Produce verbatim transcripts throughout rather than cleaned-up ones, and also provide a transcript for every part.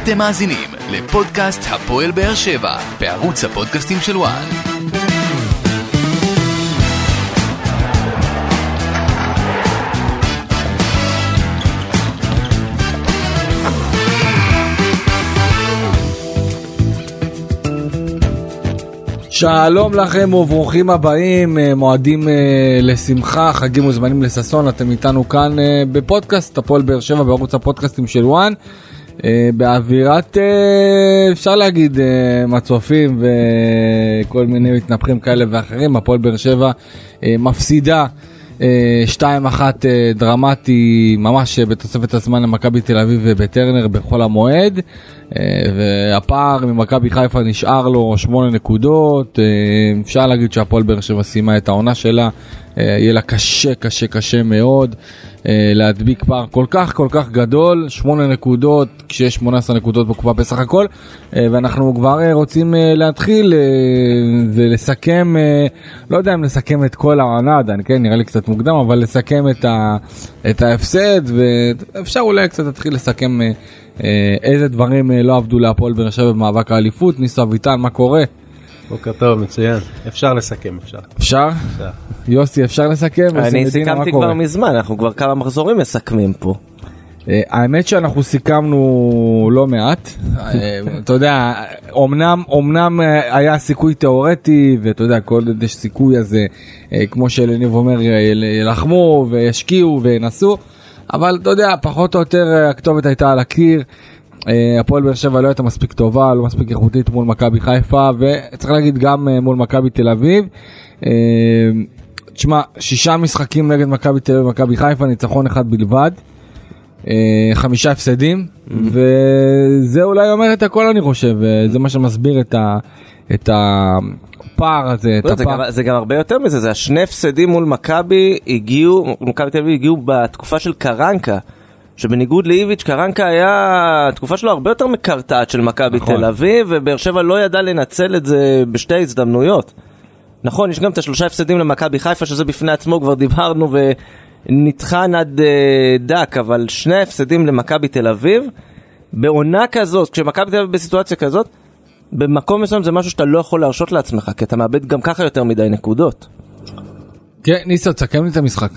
אתם מאזינים לפודקאסט הפועל באר שבע בערוץ הפודקאסטים של וואן. שלום לכם וברוכים הבאים, מועדים לשמחה, חגים וזמנים לססון. אתם איתנו כאן בפודקאסט הפועל באר שבע בערוץ הפודקאסטים של וואן, באווירת אפשר להגיד מצופים וכל מיני מתנפחים כאלה ואחרים. הפועל באר שבע מפסידה שתיים אחת דרמטי ממש בתוספת הזמן למכבי תל אביב ובטרנר בחול המועד, והפער ממכבי חיפה נשאר לו שמונה נקודות. אפשר להגיד שהפועל באר שבע סיימה את העונה שלה, יהיה לה קשה קשה קשה מאוד להדביק פער כל כך כל כך גדול, שמונה נקודות כשיש שמונה עשרה נקודות בקופה בסך הכל. ואנחנו כבר רוצים להתחיל ולסכם, לא יודע אם לסכם את כל העונה, כן, נראה לי קצת מוקדם, אבל לסכם את ה את ההפסד, ואפשר אולי קצת להתחיל לסכם איזה דברים לא עבדו להפועל באר שבע במאבק האליפות. ניסו אביטן, מה קורה? בוקר טוב, מצוין. אפשר לסכם, אפשר. אפשר? אפשר. יוסי, אפשר לסכם? אני סיכמתי כבר מזמן, אנחנו כבר כמה מחזורים מסכמים פה. האמת שאנחנו סיכמנו לא מעט. אתה יודע, אומנם, אומנם היה סיכוי תיאורטי, ואתה יודע, כל יש סיכוי הזה, כמו שאלניב אומר, ילחמו וישקיעו וינסו, אבל אתה יודע, פחות או יותר הכתובת הייתה על הקיר. הפועל באר שבע לא הייתה מספיק טובה, לא מספיק איכותית מול מכבי חיפה, וצריך להגיד גם מול מכבי תל אביב. תשמע, שישה משחקים נגד מכבי תל אביב ומכבי חיפה, ניצחון אחד בלבד, חמישה הפסדים, וזה אולי אומר את הכל, אני חושב, זה מה שמסביר את ה את הפער הזה. זה גם הרבה יותר מזה, זה השני הפסדים מול מכבי הגיעו, מכבי תל אביב הגיעו בתקופה של קרנקה, שבניגוד לאיביץ' קרנקה היה, התקופה שלו הרבה יותר מקרטעת של מכבי תל אביב, ובאר שבע לא ידע לנצל את זה בשתי הזדמנויות. נכון, יש גם את השלושה הפסדים למכבי חיפה, שזה בפני עצמו כבר דיברנו ונתחן עד דק, אבל שני הפסדים למכבי תל אביב, בעונה כזאת, כשמכבי תל אביב בסיטואציה כזאת, במקום מסוים זה משהו שאתה לא יכול להרשות לעצמך, כי אתה מאבד גם ככה יותר מדי נקודות. כן, ניסו, תסכם לי את המשחק.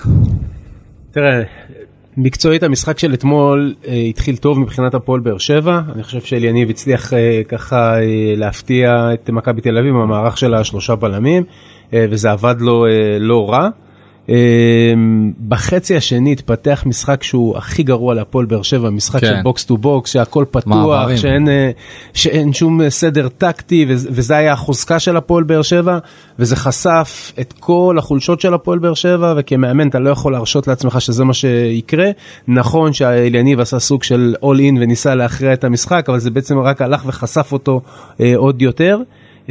תראה, מקצועית המשחק של אתמול אה, התחיל טוב מבחינת הפועל באר שבע. אני חושב שאליניב הצליח אה, ככה אה, להפתיע את מכבי תל אביב במערך של השלושה בלמים, אה, וזה עבד לו אה, לא רע. אה, בחצי השני התפתח משחק שהוא הכי גרוע להפועל באר שבע, משחק כן. של בוקס טו בוקס, שהכל פתוח, שאין, אה, שאין שום סדר טקטי, וזה היה החוזקה של הפועל באר שבע, וזה חשף את כל החולשות של הפועל באר שבע, וכמאמן אתה לא יכול להרשות לעצמך שזה מה שיקרה. נכון שהאליניב עשה סוג של all in וניסה להכריע את המשחק, אבל זה בעצם רק הלך וחשף אותו אה, עוד יותר. אה,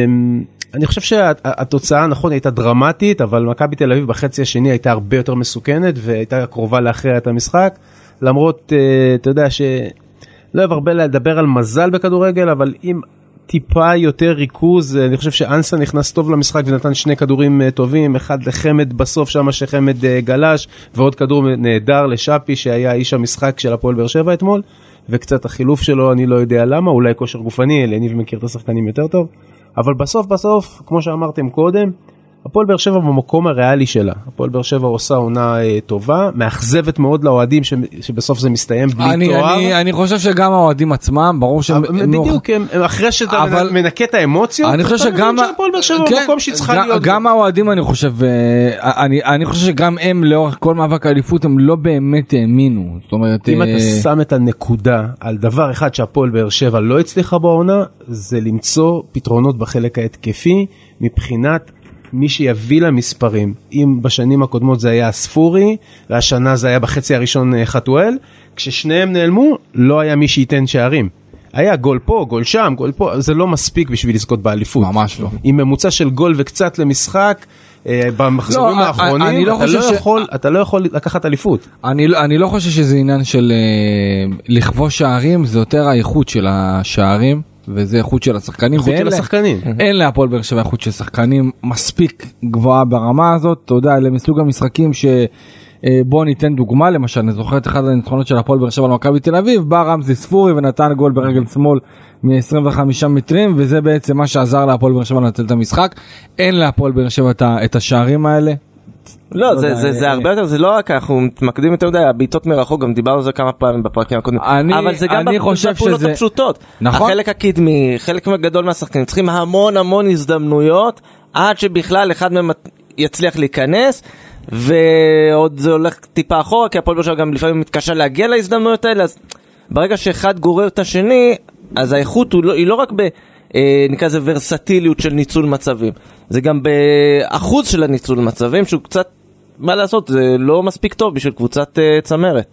אני חושב שהתוצאה, נכון, הייתה דרמטית, אבל מכבי תל אביב בחצי השני הייתה הרבה יותר מסוכנת, והייתה קרובה להכריע את המשחק, למרות, אתה יודע, שלא אוהב הרבה לדבר על מזל בכדורגל, אבל אם טיפה יותר ריכוז, אני חושב שאנסה נכנס טוב למשחק, ונתן שני כדורים טובים, אחד לחמד בסוף שם, שחמד גלש, ועוד כדור נהדר לשאפי, שהיה איש המשחק של הפועל באר שבע אתמול, וקצת החילוף שלו, אני לא יודע למה, אולי כושר גופני, אליניב מכיר את השחקנים יותר טוב, אבל בסוף בסוף, כמו שאמרתם קודם, הפועל באר שבע במקום הריאלי שלה. הפועל באר שבע עושה עונה טובה, מאכזבת מאוד לאוהדים שבסוף זה מסתיים בלי אני, תואר. אני, אני חושב שגם האוהדים עצמם, ברור שהם... בדיוק, הם, אחרי שאתה אבל... מנקה את האמוציות, אני חושב שגם... הפועל באר שבע כן, במקום שצריכה גם, להיות... גם האוהדים, אני חושב, אני, אני חושב שגם הם לאורך כל מאבק האליפות, הם לא באמת האמינו. זאת אומרת... אם אתה שם את הנקודה על דבר אחד שהפועל באר שבע לא הצליחה בעונה, זה למצוא פתרונות בחלק ההתקפי, מבחינת מי שיביא למספרים. אם בשנים הקודמות זה היה ספורי, והשנה זה היה בחצי הראשון חתואל, כששניהם נעלמו, לא היה מי שייתן שערים. היה גול פה, גול שם, גול פה, זה לא מספיק בשביל לזכות באליפות. ממש לא. עם ממוצע של גול וקצת למשחק, במחזורים לא, האחרונים, אני לא אתה, לא ש... יכול, אתה לא יכול לקחת אליפות. אני, אני לא חושב שזה עניין של uh, לכבוש שערים, זה יותר האיכות של השערים, וזה איכות של השחקנים. איכות של השחקנים. אין להפועל באר שבע איכות של שחקנים מספיק גבוהה ברמה הזאת, אתה יודע, אלה מסוג המשחקים ש... בוא ניתן דוגמה, למשל, אני זוכר את אחד הניצחונות של הפועל באר שבע על מכבי תל אביב, בא רמזי ספורי ונתן גול ברגל שמאל מ-עשרים וחמישה מטרים, וזה בעצם מה שעזר להפועל באר שבע לנצל את המשחק. אין להפועל באר שבע את השערים האלה. לא, זה, זה, זה הרבה יותר, זה לא רק, אנחנו מתמקדים יותר מדי, הבעיטות מרחוק, גם דיברנו על זה כמה פעמים בפרקים הקודמים, אבל זה גם בפעולות הפשוטות. נכון? החלק הקדמי, חלק גדול מהשחקנים, צריכים המון המון הזדמנויות, עד שבכלל אחד מהם יצליח להיכנס, ועוד זה הולך טיפה אחורה, כי הפועל באר שבע גם לפעמים מתקשה להגיע להזדמנויות האלה, אז ברגע שאחד גורר את השני, אז האיכות הוא לא, היא לא רק ב... נקרא זה ורסטיליות של ניצול מצבים, זה גם באחוז של הניצול מצבים שהוא קצת, מה לעשות, זה לא מספיק טוב בשביל קבוצת צמרת.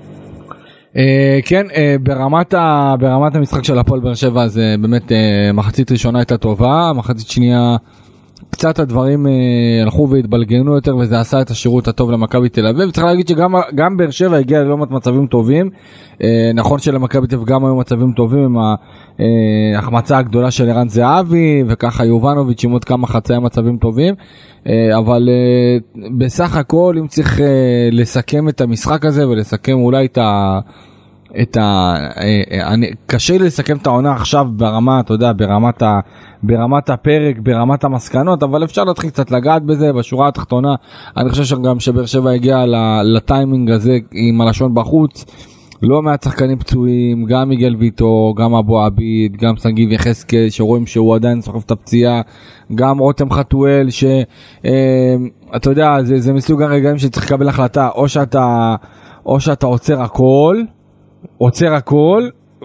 כן, ברמת ברמת המשחק של הפועל באר שבע, זה באמת מחצית ראשונה הייתה טובה, מחצית שנייה קצת הדברים הלכו והתבלגנו יותר, וזה עשה את השירות הטוב למכבי תל אביב. צריך להגיד שגם גם באר שבע הגיע ללא מעט מצבים טובים, נכון שלמכבי תל אביב גם היו מצבים טובים עם ההחמצה הגדולה של ערן זהבי, וככה יובנוביץ' עם עוד כמה חצאי מצבים טובים, אבל בסך הכל אם צריך לסכם את המשחק הזה ולסכם אולי את ה... את ה... קשה לי לסכם את העונה עכשיו ברמה, אתה יודע, ברמת ה... ברמת הפרק, ברמת המסקנות, אבל אפשר להתחיל קצת לגעת בזה. בשורה התחתונה, אני חושב שגם שבאר שבע הגיע לטיימינג הזה עם הלשון בחוץ, לא מעט שחקנים פצועים, גם מיגל ויטור, גם אבו עביד, גם סגיב יחזקאל, שרואים שהוא עדיין סוחב את הפציעה, גם רותם חתואל, שאתה יודע, זה, זה מסוג הרגעים שצריך לקבל החלטה, או שאתה, או שאתה עוצר הכל, עוצר הכל,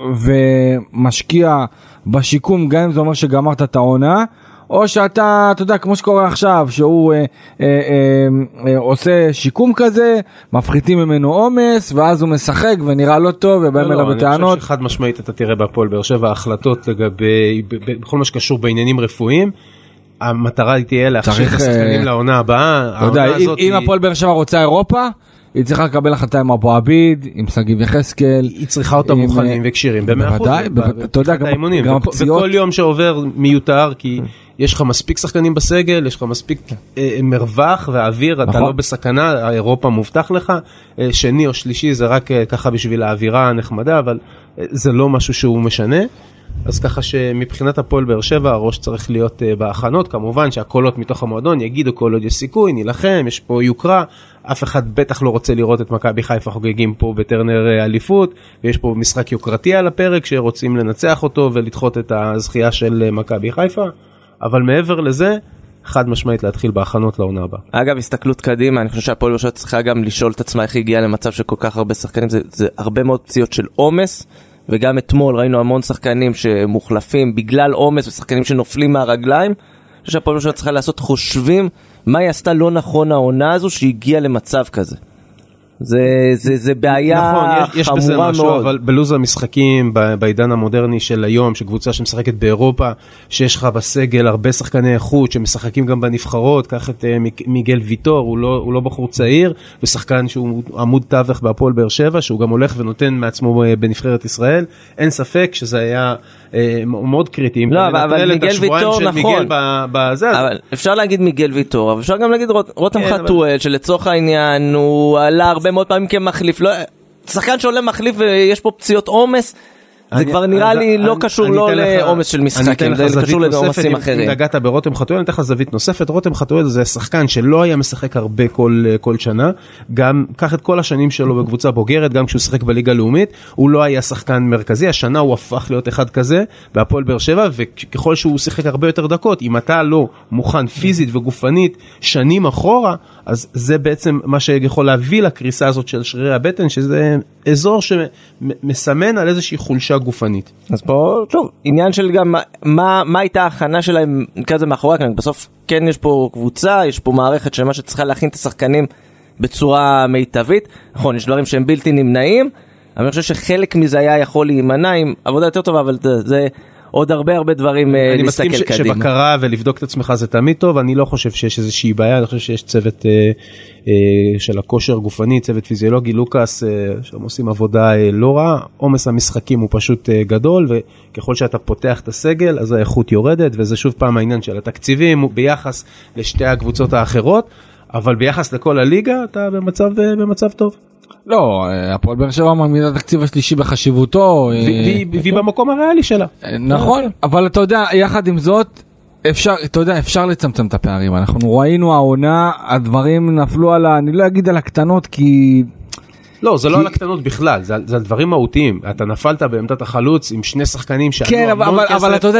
ומשקיע בשיקום, גם אם זה אומר שגמרת את העונה, או שאתה, אתה יודע, כמו שקורה עכשיו, שהוא אה, אה, אה, אה, עושה שיקום כזה, מפחיתים ממנו עומס, ואז הוא משחק ונראה לא טוב, ובאים אליו בטענות. אני חושב שחד משמעית אתה תראה בהפועל באר שבע החלטות לגבי, בכל מה שקשור בעניינים רפואיים, המטרה תהיה להכשיר את השחקנים לעונה הבאה. אתה יודע, אם הפועל באר שבע רוצה אירופה, היא צריכה לקבל החלטה עם אבו עביד, עם סגיב יחזקאל. היא צריכה אותם מוכנים וקשירים. בוודאי, אתה יודע, גם הפציעות. וכל יום שעובר מיותר, כי יש לך מספיק שחקנים בסגל, יש לך מספיק מרווח ואוויר, אתה לא בסכנה, האירופה מובטח לך. שני או שלישי זה רק ככה בשביל האווירה הנחמדה, אבל זה לא משהו שהוא משנה. אז ככה שמבחינת הפועל באר שבע הראש צריך להיות uh, בהכנות, כמובן שהקולות מתוך המועדון יגידו כל עוד יש סיכוי, נילחם, יש פה יוקרה, אף אחד בטח לא רוצה לראות את מכבי חיפה חוגגים פה בטרנר אליפות, ויש פה משחק יוקרתי על הפרק שרוצים לנצח אותו ולדחות את הזכייה של מכבי חיפה, אבל מעבר לזה, חד משמעית להתחיל בהכנות לעונה הבאה. אגב, הסתכלות קדימה, אני חושב שהפועל באר שבע צריכה גם לשאול את עצמה איך היא הגיעה למצב של כל כך הרבה שחקנים, זה, זה הרבה מאוד פציעות של עומס, וגם אתמול ראינו המון שחקנים שמוחלפים בגלל עומס ושחקנים שנופלים מהרגליים. אני חושב שהפועל באר שבע צריכה לעשות חושבים מה היא עשתה לא נכון העונה הזו שהגיעה למצב כזה. זה, זה, זה בעיה נכון, יש, יש חמורה משהו, מאוד. אבל בלוז המשחקים, בעידן המודרני של היום, שקבוצה שמשחקת באירופה, שיש לך בסגל הרבה שחקני איכות, שמשחקים גם בנבחרות, קח את מיגל ויטור, הוא לא, הוא לא בחור צעיר, ושחקן שהוא עמוד תווך בהפועל באר שבע, שהוא גם הולך ונותן מעצמו בנבחרת ישראל. אין ספק שזה היה אה, מאוד קריטי. לא, אבל, אבל מיגל ויטור נכון. בזה, אבל אפשר להגיד מיגל ויטור, אבל אפשר גם להגיד רוט, רותם כן, חתואל, אבל... שלצורך העניין הוא עלה הרבה מאוד פעמים כמחליף, לא, שחקן שעולה מחליף ויש פה פציעות עומס, זה כבר נראה לי לא קשור לא לעומס של משחקים, זה קשור לעומסים אחרים. אם נגעת ברותם חתואל, אני אתן לך זווית נוספת. רותם חתואל זה שחקן שלא היה משחק הרבה כל שנה, גם קח את כל השנים שלו בקבוצה בוגרת, גם כשהוא שחק בליגה הלאומית, הוא לא היה שחקן מרכזי, השנה הוא הפך להיות אחד כזה בהפועל באר שבע, וככל שהוא שיחק הרבה יותר דקות, אם אתה לא מוכן פיזית וגופנית שנים אחורה, אז זה בעצם מה שיכול להביא לקריסה הזאת של שרירי הבטן, שזה אזור שמסמן על איזושהי חולשה גופנית. אז פה, שוב, עניין של גם מה, מה הייתה ההכנה שלהם כזה מאחורי, בסוף כן יש פה קבוצה, יש פה מערכת של מה שצריכה להכין את השחקנים בצורה מיטבית. נכון, יש דברים שהם בלתי נמנעים, אבל אני חושב שחלק מזה היה יכול להימנע עם עבודה יותר טובה, אבל זה עוד הרבה הרבה דברים להסתכל קדימה. אני מסכים שבקרה ולבדוק את עצמך זה תמיד טוב, אני לא חושב שיש איזושהי בעיה, אני חושב שיש צוות אה, אה, של הכושר גופני, צוות פיזיולוגי, לוקאס, אה, שהם עושים עבודה אה, לא רע, עומס המשחקים הוא פשוט אה, גדול, וככל שאתה פותח את הסגל, אז האיכות יורדת, וזה שוב פעם העניין של התקציבים, ביחס לשתי הקבוצות האחרות, אבל ביחס לכל הליגה אתה במצב, במצב טוב. לא, הפועל באר שבע מעמידה התקציב השלישי בחשיבותו. והיא במקום הריאלי שלה. נכון, אבל אתה יודע, יחד עם זאת, אפשר, אתה יודע, אפשר לצמצם את הפערים. אנחנו ראינו העונה, הדברים נפלו על ה... אני לא אגיד על הקטנות, כי... לא, זה לא על הקטנות בכלל, זה על דברים מהותיים. אתה נפלת בעמדת החלוץ עם שני שחקנים שעלו המון כסף, אבל אתה יודע,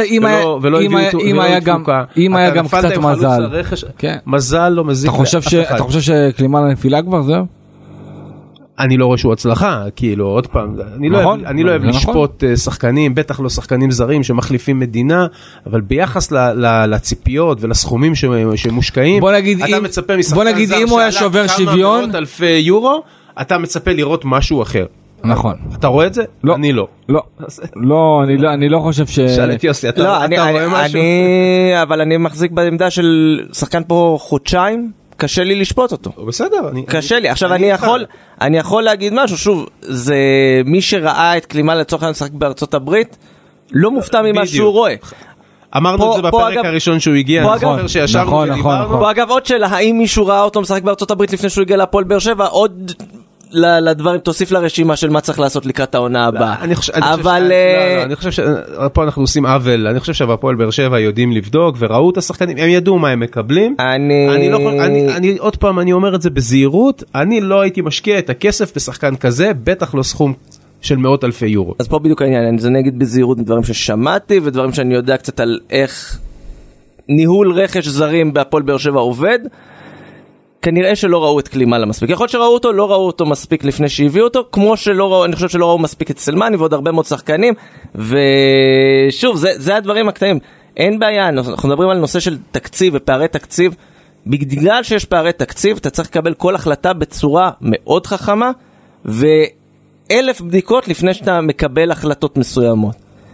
אם היה גם קצת מזל. מזל לא מזיק לאף אחד. אתה חושב שקלימה לנפילה כבר זהו? אני לא רואה שהוא הצלחה, כאילו, עוד פעם, אני לא אוהב, אני לא אוהב לשפוט שחקנים, בטח לא שחקנים זרים שמחליפים מדינה, אבל ביחס לציפיות ולסכומים שמושקעים, אתה מצפה משחקן זר שעלה כמה מאות אלפי יורו, אתה מצפה לראות משהו אחר. נכון. אתה רואה את זה? לא. אני לא. לא. לא, אני לא, אני לא חושב ש... שאל את יוסי, אתה רואה משהו? אבל אני מחזיק בעמדה של שחקן פה חודשיים, קשה לי לשפוט אותו. בסדר. קשה לי. עכשיו אני יכול, אני יכול להגיד משהו, שוב, זה מי שראה את קלימה לצורך המשחק בארצות הברית, לא מופתע ממה שהוא רואה. אמרנו את זה בפרק הראשון שהוא הגיע, נכון, שישבנו ודיברנו. פה אגב עוד שאלה, האם מישהו ראה אותו משחק בארצות הברית לפני שהוא הגיע להפועל באר שבע? עוד לדברים, תוסיף לרשימה של מה צריך לעשות לקראת העונה הבאה. אבל... אני חושב שפה אנחנו עושים עוול, אני חושב שהפועל באר שבע יודעים לבדוק וראו את השחקנים, הם ידעו מה הם מקבלים. אני עוד פעם, אני אומר את זה בזהירות, אני לא הייתי משקיע את הכסף בשחקן כזה, בטח לא סכום של מאות אלפי יורו. אז פה בדיוק העניין, אני זה נגיד בזהירות דברים ששמעתי ודברים שאני יודע קצת על איך ניהול רכש זרים בהפועל באר שבע עובד. כנראה שלא ראו את קלימה למספיק. יכול להיות שראו אותו, לא ראו אותו מספיק לפני שהביאו אותו, כמו שלא ראו, אני חושב שלא ראו מספיק את סלמני ועוד הרבה מאוד שחקנים, ושוב, זה, זה הדברים הקטנים. אין בעיה, אנחנו מדברים על נושא של תקציב ופערי תקציב, בגלל שיש פערי תקציב, אתה צריך לקבל כל החלטה בצורה מאוד חכמה, ואלף בדיקות לפני שאתה מקבל החלטות מסוימות.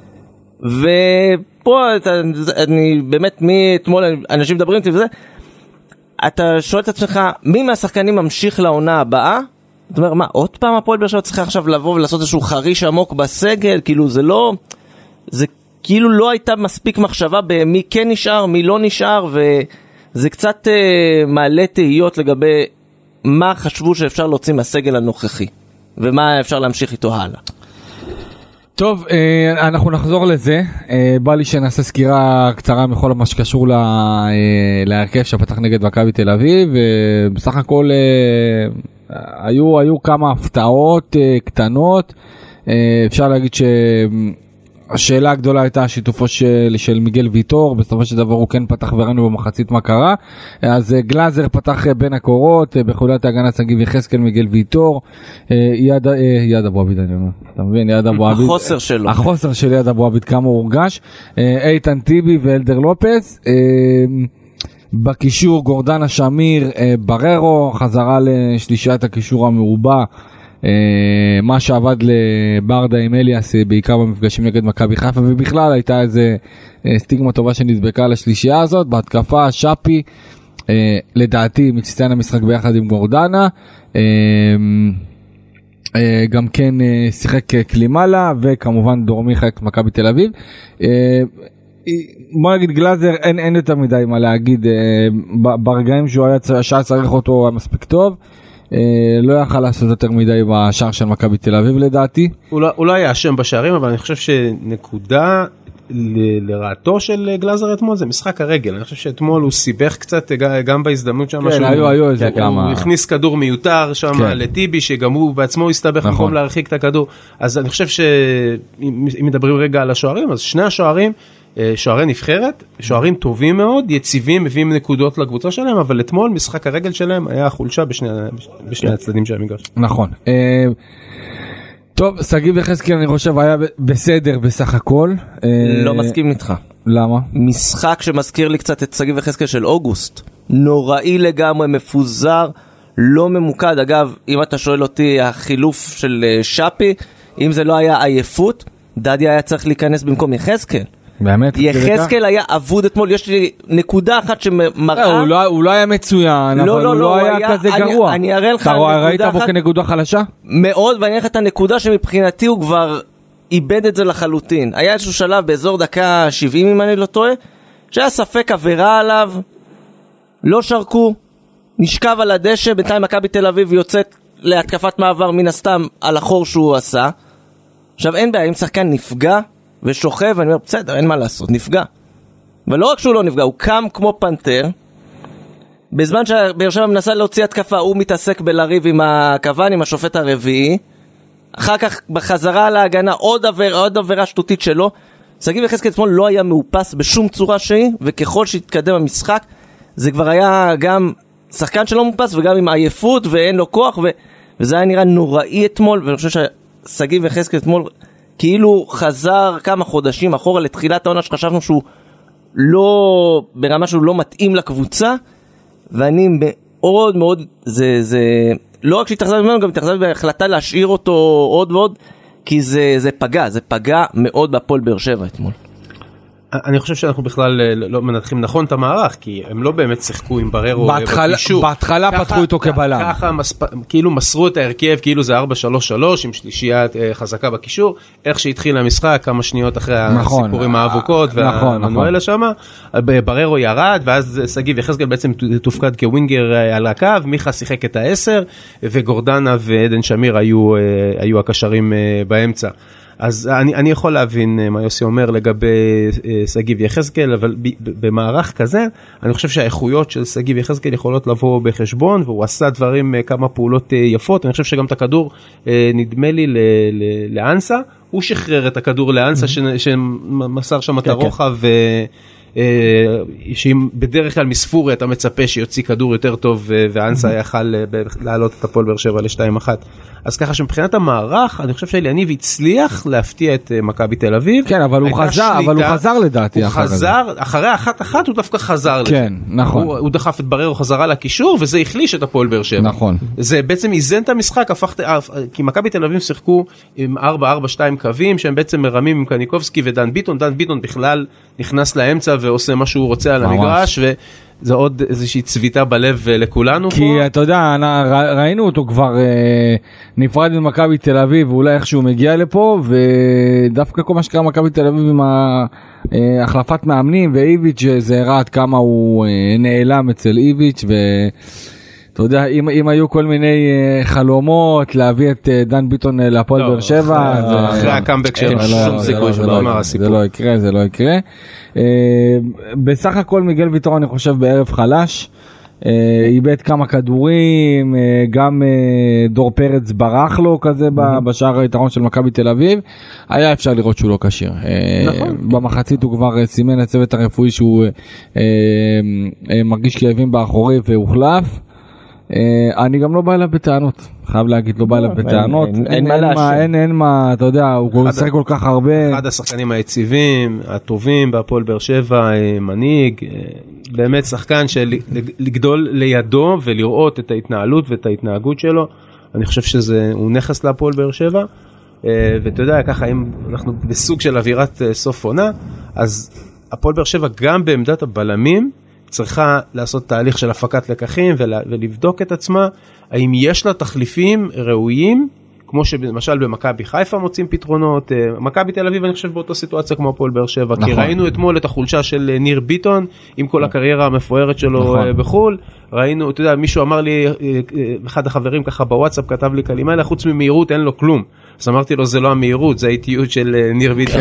ופה, אתה, אני באמת, מאתמול, אנשים מדברים איתי וזה, אתה שואל את עצמך, מי מהשחקנים ממשיך לעונה הבאה? זאת אומרת, מה, עוד פעם הפועל באר שבע צריכה עכשיו לבוא ולעשות איזשהו חריש עמוק בסגל? כאילו זה לא, זה כאילו לא הייתה מספיק מחשבה במי כן נשאר, מי לא נשאר, וזה קצת אה, מעלה תהיות לגבי מה חשבו שאפשר להוציא מהסגל הנוכחי, ומה אפשר להמשיך איתו הלאה. טוב, אנחנו נחזור לזה. בא לי שנעשה סקירה קצרה מכל מה שקשור להרכב שפתח נגד מכבי תל אביב, ובסך הכל היו, היו כמה הפתעות קטנות. אפשר להגיד שהשאלה הגדולה הייתה שיתופו של, של מיגל ויטור, בסופו של דבר הוא כן פתח וראינו במחצית מה קרה. אז גלאזר פתח בין הקורות, בחולת ההגנה שגיב יחזקאל, מיגל ויטור, יד, יד אבו עביד, אני אומר, אתה מבין, יד אבו עביד. החוסר שלו. החוסר של יד אבו עביד, כמה הוא הורגש. איתן טיבי ואלדר לופס, בקישור גורדנה שמיר, בררו, חזרה לשלישיית הקישור המרובע, מה שעבד לברדה עם אליאס בעיקר במפגשים נגד מכבי חיפה, ובכלל הייתה איזה סטיגמה טובה שנדבקה לשלישייה הזאת. בהתקפה שפי לדעתי מצטיין המשחק ביחד עם גורדנה, גם כן שיחק קלימלה, וכמובן דורמי חלק מכבי תל אביב. בוא נגיד גלאזר אין, אין יותר מדי מה להגיד, ברגעים שהוא היה שעה צריך אותו מספיק טוב, לא יכל לעשות יותר מדי בשער של מכבי תל אביב לדעתי. הוא לא היה אשם בשערים, אבל אני חושב שנקודה ל- לרעתו של גלאזר אתמול זה משחק הרגל. אני חושב שאתמול הוא סיבך קצת גם בהזדמנות שם, כן, היו, היו איזה כמה. הוא הכניס כדור מיותר שם כן. לטיבי, שגם הוא בעצמו הסתבך נכון. במקום להרחיק את הכדור. אז אני חושב שאם מדברים רגע על השוערים, אז שני השוערים שוערי נבחרת, שוערים טובים מאוד, יציבים, מביאים נקודות לקבוצה שלהם, אבל אתמול משחק הרגל שלהם היה חולשה בשני, בשני הצדדים של המגרש. נכון. טוב, שגיב יחזקאל אני חושב היה בסדר בסך הכל. לא מסכים איתך. למה? משחק שמזכיר לי קצת את שגיב יחזקאל של אוגוסט. נוראי לגמרי, מפוזר, לא ממוקד. אגב, אם אתה שואל אותי, החילוף של שפי, אם זה לא היה עייפות, דדיה היה צריך להיכנס במקום יחזקאל. באמת? יחזקאל היה עבוד אתמול, יש לי נקודה אחת שמראה... הוא לא היה מצוין, אבל הוא לא היה כזה גרוע. אני אראה לך נקודה אחת... ראית בו כנקודה חלשה? מאוד, ואני אראה לך את הנקודה שמבחינתי הוא כבר איבד את זה לחלוטין. היה איזשהו שלב באזור דקה שבעים אם אני לא טועה, שהיה ספק עבירה עליו, לא שרקו, נשכב על הדשא, בינתיים מכבי תל אביב יוצאת להתקפת מעבר מן הסתם על החור שהוא עשה. עכשיו אין בעיה, אם שחקן נפגע ושוכב, אני אומר, בסדר, אין מה לעשות, נפגע. ולא רק שהוא לא נפגע, הוא קם כמו פנתר, בזמן שבאר שבע מנסה להוציא התקפה, הוא מתעסק בלריב עם הכוון, עם השופט הרביעי, אחר כך בחזרה להגנה, עוד עבירה, עוד עבירה שטותית שלו. שגיב יחזקאל אתמול לא היה מאופס בשום צורה שהיא, וככל שהתקדם המשחק, זה כבר היה גם שחקן שלא מאופס, וגם עם עייפות, ואין לו כוח, ו... וזה היה נראה נוראי אתמול, ואני חושב ששגיב יחזקאל אתמול, כאילו חזר כמה חודשים אחורה לתחילת העונה, שחשבנו שהוא לא, ברמה שהוא לא מתאים לקבוצה, ואני מאוד מאוד, זה, זה, לא רק שהתאכזב ממנו, גם התאכזב בהחלטה להשאיר אותו עוד ועוד, כי זה, זה פגע, זה פגע מאוד בהפועל באר שבע אתמול. אני חושב שאנחנו בכלל לא מנתחים נכון את המערך, כי הם לא באמת שיחקו עם בררו בקישור. בהתחלה פתחו איתו כבלם. ככה כאילו מסרו את ההרכב, כאילו זה ארבע שלוש שלוש עם שלישייה חזקה בקישור. איך שהתחיל המשחק, כמה שניות אחרי הסיפורים האבוקות והמנואלה שם, בררו ירד, ואז שגיב יחזקאל בעצם תופקד כווינגר על הקו, מיכה שיחק את העשר, וגורדנה ועדן שמיר היו הקשרים באמצע. אז אני, אני יכול להבין מה יוסי אומר לגבי שגיב יחזקאל, אבל ב, ב, במערך כזה, אני חושב שהאיכויות של שגיב יחזקאל יכולות לבוא בחשבון, והוא עשה דברים, כמה פעולות יפות. אני חושב שגם את הכדור נדמה לי ל, ל, לאנסה, הוא שחרר את הכדור לאנסה, mm-hmm. שמסר שם את הרוחב, ו... שאם בדרך כלל מספורי אתה מצפה שיוציא כדור יותר טוב, ואנסה יכל לעלות את הפועל באר שבע ל-שתיים אחת. אז ככה שמבחינת המערך, אני חושב שאליניב הצליח להפתיע את מכבי תל אביב. כן, אבל הוא חזר, אבל הוא חזר לדעתי. הוא חזר, אחרי אחת אחת הוא דווקא חזר. כן, נכון. הוא דחף את בררו חזרה לקישור, וזה החליש את הפועל באר שבע. נכון. זה בעצם איזן את המשחק, כי מכבי תל אביב שיחקו עם ארבע ארבע שתיים קווים, שהם בעצם מרמים עם קניקובסקי ודן ביטון. דן ביטון בכלל נכנס לאמצע ועושה מה שהוא רוצה על המגרש, וזה עוד איזושהי צביטה בלב לכולנו פה. כי אתה יודע, ראינו אותו כבר נפרד ממכבי תל אביב, ואולי איך שהוא מגיע לפה, ודווקא כל מה שקרה מכבי תל אביב עם החלפת מאמנים, ואיביץ' זה הראה עד כמה הוא נעלם אצל איביץ', ו... אתה יודע, אם, אם היו כל מיני uh, חלומות להביא את uh, דן ביטון uh, להפועל באר שבע, אחרי, אחרי הקאמבק שלו, שום סיכוי שלא אמר הסיפור. זה לא יקרה, זה לא יקרה. Uh, בסך הכל מיגל ויטור אני חושב בערב חלש, uh, איבד כמה כדורים, uh, גם uh, דור פרץ ברח לו כזה mm-hmm. בשער היתרון של מכבי תל אביב, היה אפשר לראות שהוא לא קשיר. נכון. Uh, במחצית הוא כבר uh, סימן הצוות הרפואי שהוא uh, uh, uh, מרגיש כאבים באחורי והוחלף. אני גם לא בא אליו בטענות, חייב להגיד, לא בא אליו בטענות, אין מה, אין, אין מה, אתה יודע, הוא עושה כל כך הרבה. אחד השחקנים היציבים, הטובים בהפועל באר שבע, מנהיג, באמת שחקן שלגדול לידו ולראות את ההתנהלות ואת ההתנהגות שלו, אני חושב שזה, הוא נכס להפועל באר שבע, ואתה יודע, ככה, אם אנחנו בסוג של אווירת סוף עונה, אז הפועל באר שבע גם בעמדת הבלמים, צריכה לעשות תהליך של הפקת לקחים ולבדוק את עצמה, האם יש לה תחליפים ראויים, כמו שלמשל במכבי חיפה מוצאים פתרונות, מכבי תל אביב אני חושב באותה סיטואציה כמו הפועל באר שבע, כי ראינו אתמול את החולשה של ניר ביטון, עם כל הקריירה המפוארת שלו בחול, ראינו, אתה יודע, מישהו אמר לי, אחד החברים ככה בוואטסאפ כתב לי כלימה, חוץ ממהירות אין לו כלום, אז אמרתי לו זה לא המהירות, זה האיטיות של ניר ביטון.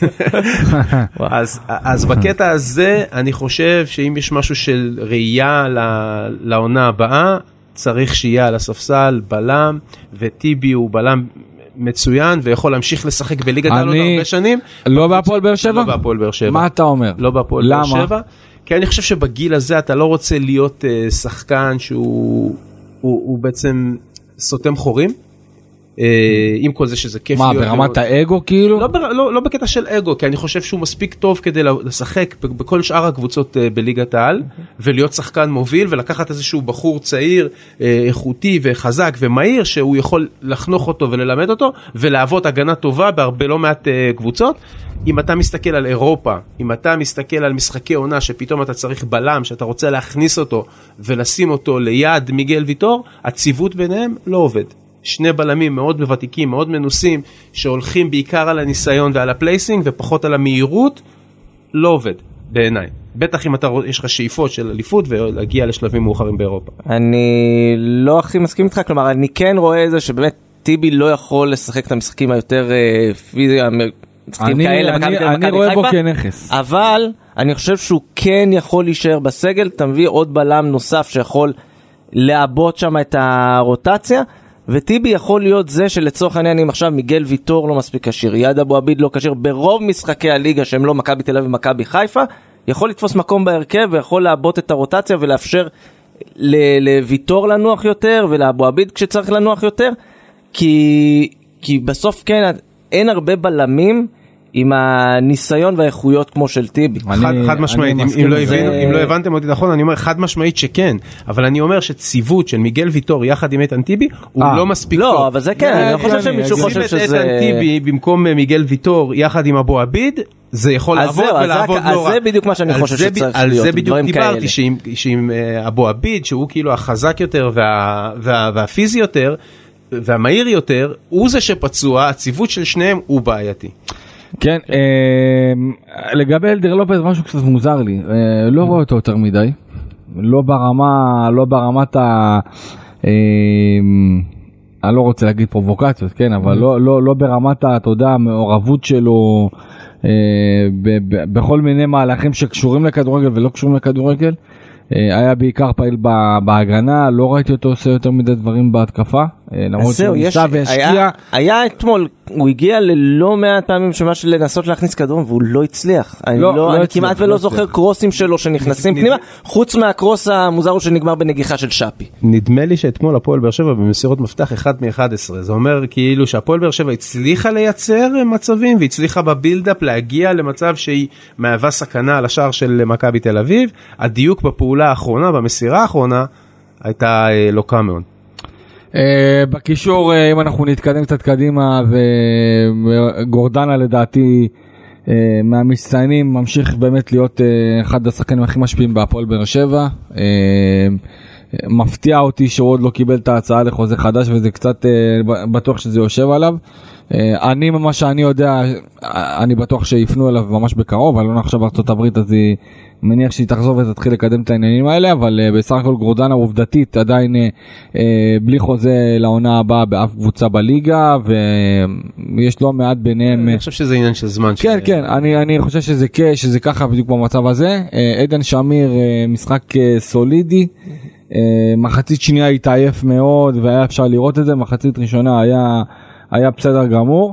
אז, אז בקטע הזה אני חושב שאם יש משהו של ראייה לעונה הבאה, צריך שיהיה על הספסל בלם, וטיבי הוא בלם מצוין, ויכול להמשיך לשחק בליגת העל עוד הרבה שנים. לא בהפועל באר שבע? לא בהפועל באר שבע. מה אתה אומר? לא בהפועל באר שבע. כי אני חושב שבגיל הזה אתה לא רוצה להיות uh, שחקן שהוא הוא, הוא בעצם סותם חורים, uh, עם כל זה שזה כיף מה, להיות... מה, ברמת האגו כאילו? לא, לא, לא בקטע של אגו, כי אני חושב שהוא מספיק טוב כדי לשחק בכל שאר הקבוצות uh, בליגת העל, okay. ולהיות שחקן מוביל, ולקחת איזשהו בחור צעיר, uh, איכותי וחזק ומהיר, שהוא יכול לחנוך אותו וללמד אותו, ולעבוד הגנה טובה בהרבה לא מעט uh, קבוצות. אם אתה מסתכל על אירופה, אם אתה מסתכל על משחקי עונה שפתאום אתה צריך בלם, שאתה רוצה להכניס אותו ולשים אותו ליד מיגל ויטור, הציוות ביניהם לא עובד. שני בלמים מאוד מבטיקים, מאוד מנוסים, שהולכים בעיקר על הניסיון ועל הפלייסינג ופחות על המהירות, לא עובד בעיניי. בטח אם אתה, יש לך שאיפות של אליפות ולהגיע לשלבים מאוחרים באירופה. אני לא הכי מסכים איתך, כלומר, אני כן רואה את זה שבאמת טיבי לא יכול לשחק את המשחקים היותר פיזיים, אני, אני, אני רואה בו כנכס. אבל אני חושב שהוא כן יכול להישאר בסגל, אתה מביא עוד בלם נוסף שיכול לעבות שם את הרוטציה, וטיבי יכול להיות זה שלצורך העניין, אם עכשיו מיגל ויטור לא מספיק קשיר, יד אבו עביד לא קשיר, ברוב משחקי הליגה שהם לא מכבי תל אביב ומכבי חיפה, יכול לתפוס מקום בהרכב ויכול לעבות את הרוטציה ולאפשר לויטור לנוח יותר ולאבו עביד כשצריך לנוח יותר, כי, כי בסוף כן אין הרבה בלמים עם הניסיון והאיכויות כמו של טיבי. חד, חד משמעית, אם, אם, לא הבינו, אם לא הבנתם אותי נכון, אני אומר חד משמעית שכן, אבל אני אומר שציוות של מיגל ויטור יחד עם איתן טיבי, הוא לא מספיק טוב. לא, אבל זה כן, אני לא חושב שמישהו חושב שזה... שים את איתן טיבי במקום מיגל ויטור יחד עם אבו עביד, זה יכול לעבוד ולעבוד לא רע. אז זה בדיוק מה שאני חושב שצריך להיות, על זה בדיוק דיברתי, שעם אבו עביד, שהוא כאילו החזק יותר והפיזי יותר, והמהיר יותר, הוא זה שפצוע, הציוות של שניהם הוא בעייתי. כן, לגבי אלדר לופז משהו קצת מוזר לי, לא רואה אותו יותר מדי, לא ברמה, לא ברמת ה... אני לא רוצה להגיד פרובוקציות, כן, אבל לא, לא, לא ברמת ה, אתה יודע, המעורבות שלו בכל מיני מהלכים שקשורים לכדורגל ולא קשורים לכדורגל. היה בעיקר פעיל בהגנה, לא ראיתי אותו עושה יותר מדי דברים בהתקפה, למרות שהוא ניסה והשקיע. היה אתמול, הוא הגיע ללא מעט פעמים שמש לנסות להכניס כדור, והוא לא הצליח. אני כמעט ולא זוכר קרוסים שלו שנכנסים פנימה, חוץ מהקרוס המוזר הוא שנגמר בנגיחה של שפי. נדמה לי שאתמול הפועל באר שבע במסירות מפתח אחד מ-אחד עשרה, זה אומר כאילו שהפועל באר שבע הצליחה לייצר מצבים, והצליחה בבילדאפ להגיע למצב שהיא מהווה סכנה על השער של מכבי תל אביב. הדיוק בפעולה האחרונה, במסירה האחרונה, הייתה לוקה מאוד. בקישור, אם אנחנו נתקדם קצת קדימה, וגורדנה לדעתי מהמצטיינים ממשיך באמת להיות אחד השחקנים הכי משפיעים בהפועל באר שבע. מפתיע אותי שהוא עוד לא קיבל את ההצעה לחוזה חדש, וזה קצת בטוח שזה יושב עליו. אני, מה שאני יודע, אני בטוח שיפנו אליו ממש בקרוב, אבל לא נחשב בארצות הברית, אז היא מניח שהיא תחזור ותתחיל לקדם את העניינים האלה, אבל בסך הכל גורדנה עובדתית עדיין בלי חוזה לעונה הבאה באף קבוצה בליגה, ויש לא מעט ביניהם. אני חושב שזה עניין של זמן. כן, כן, אני חושב שזה ככה בדיוק במצב הזה. עדן שמיר, משחק סולידי, מחצית שנייה התעייף מאוד, והיה אפשר לראות את זה, מחצית ראשונה היה... היה בסדר גמור,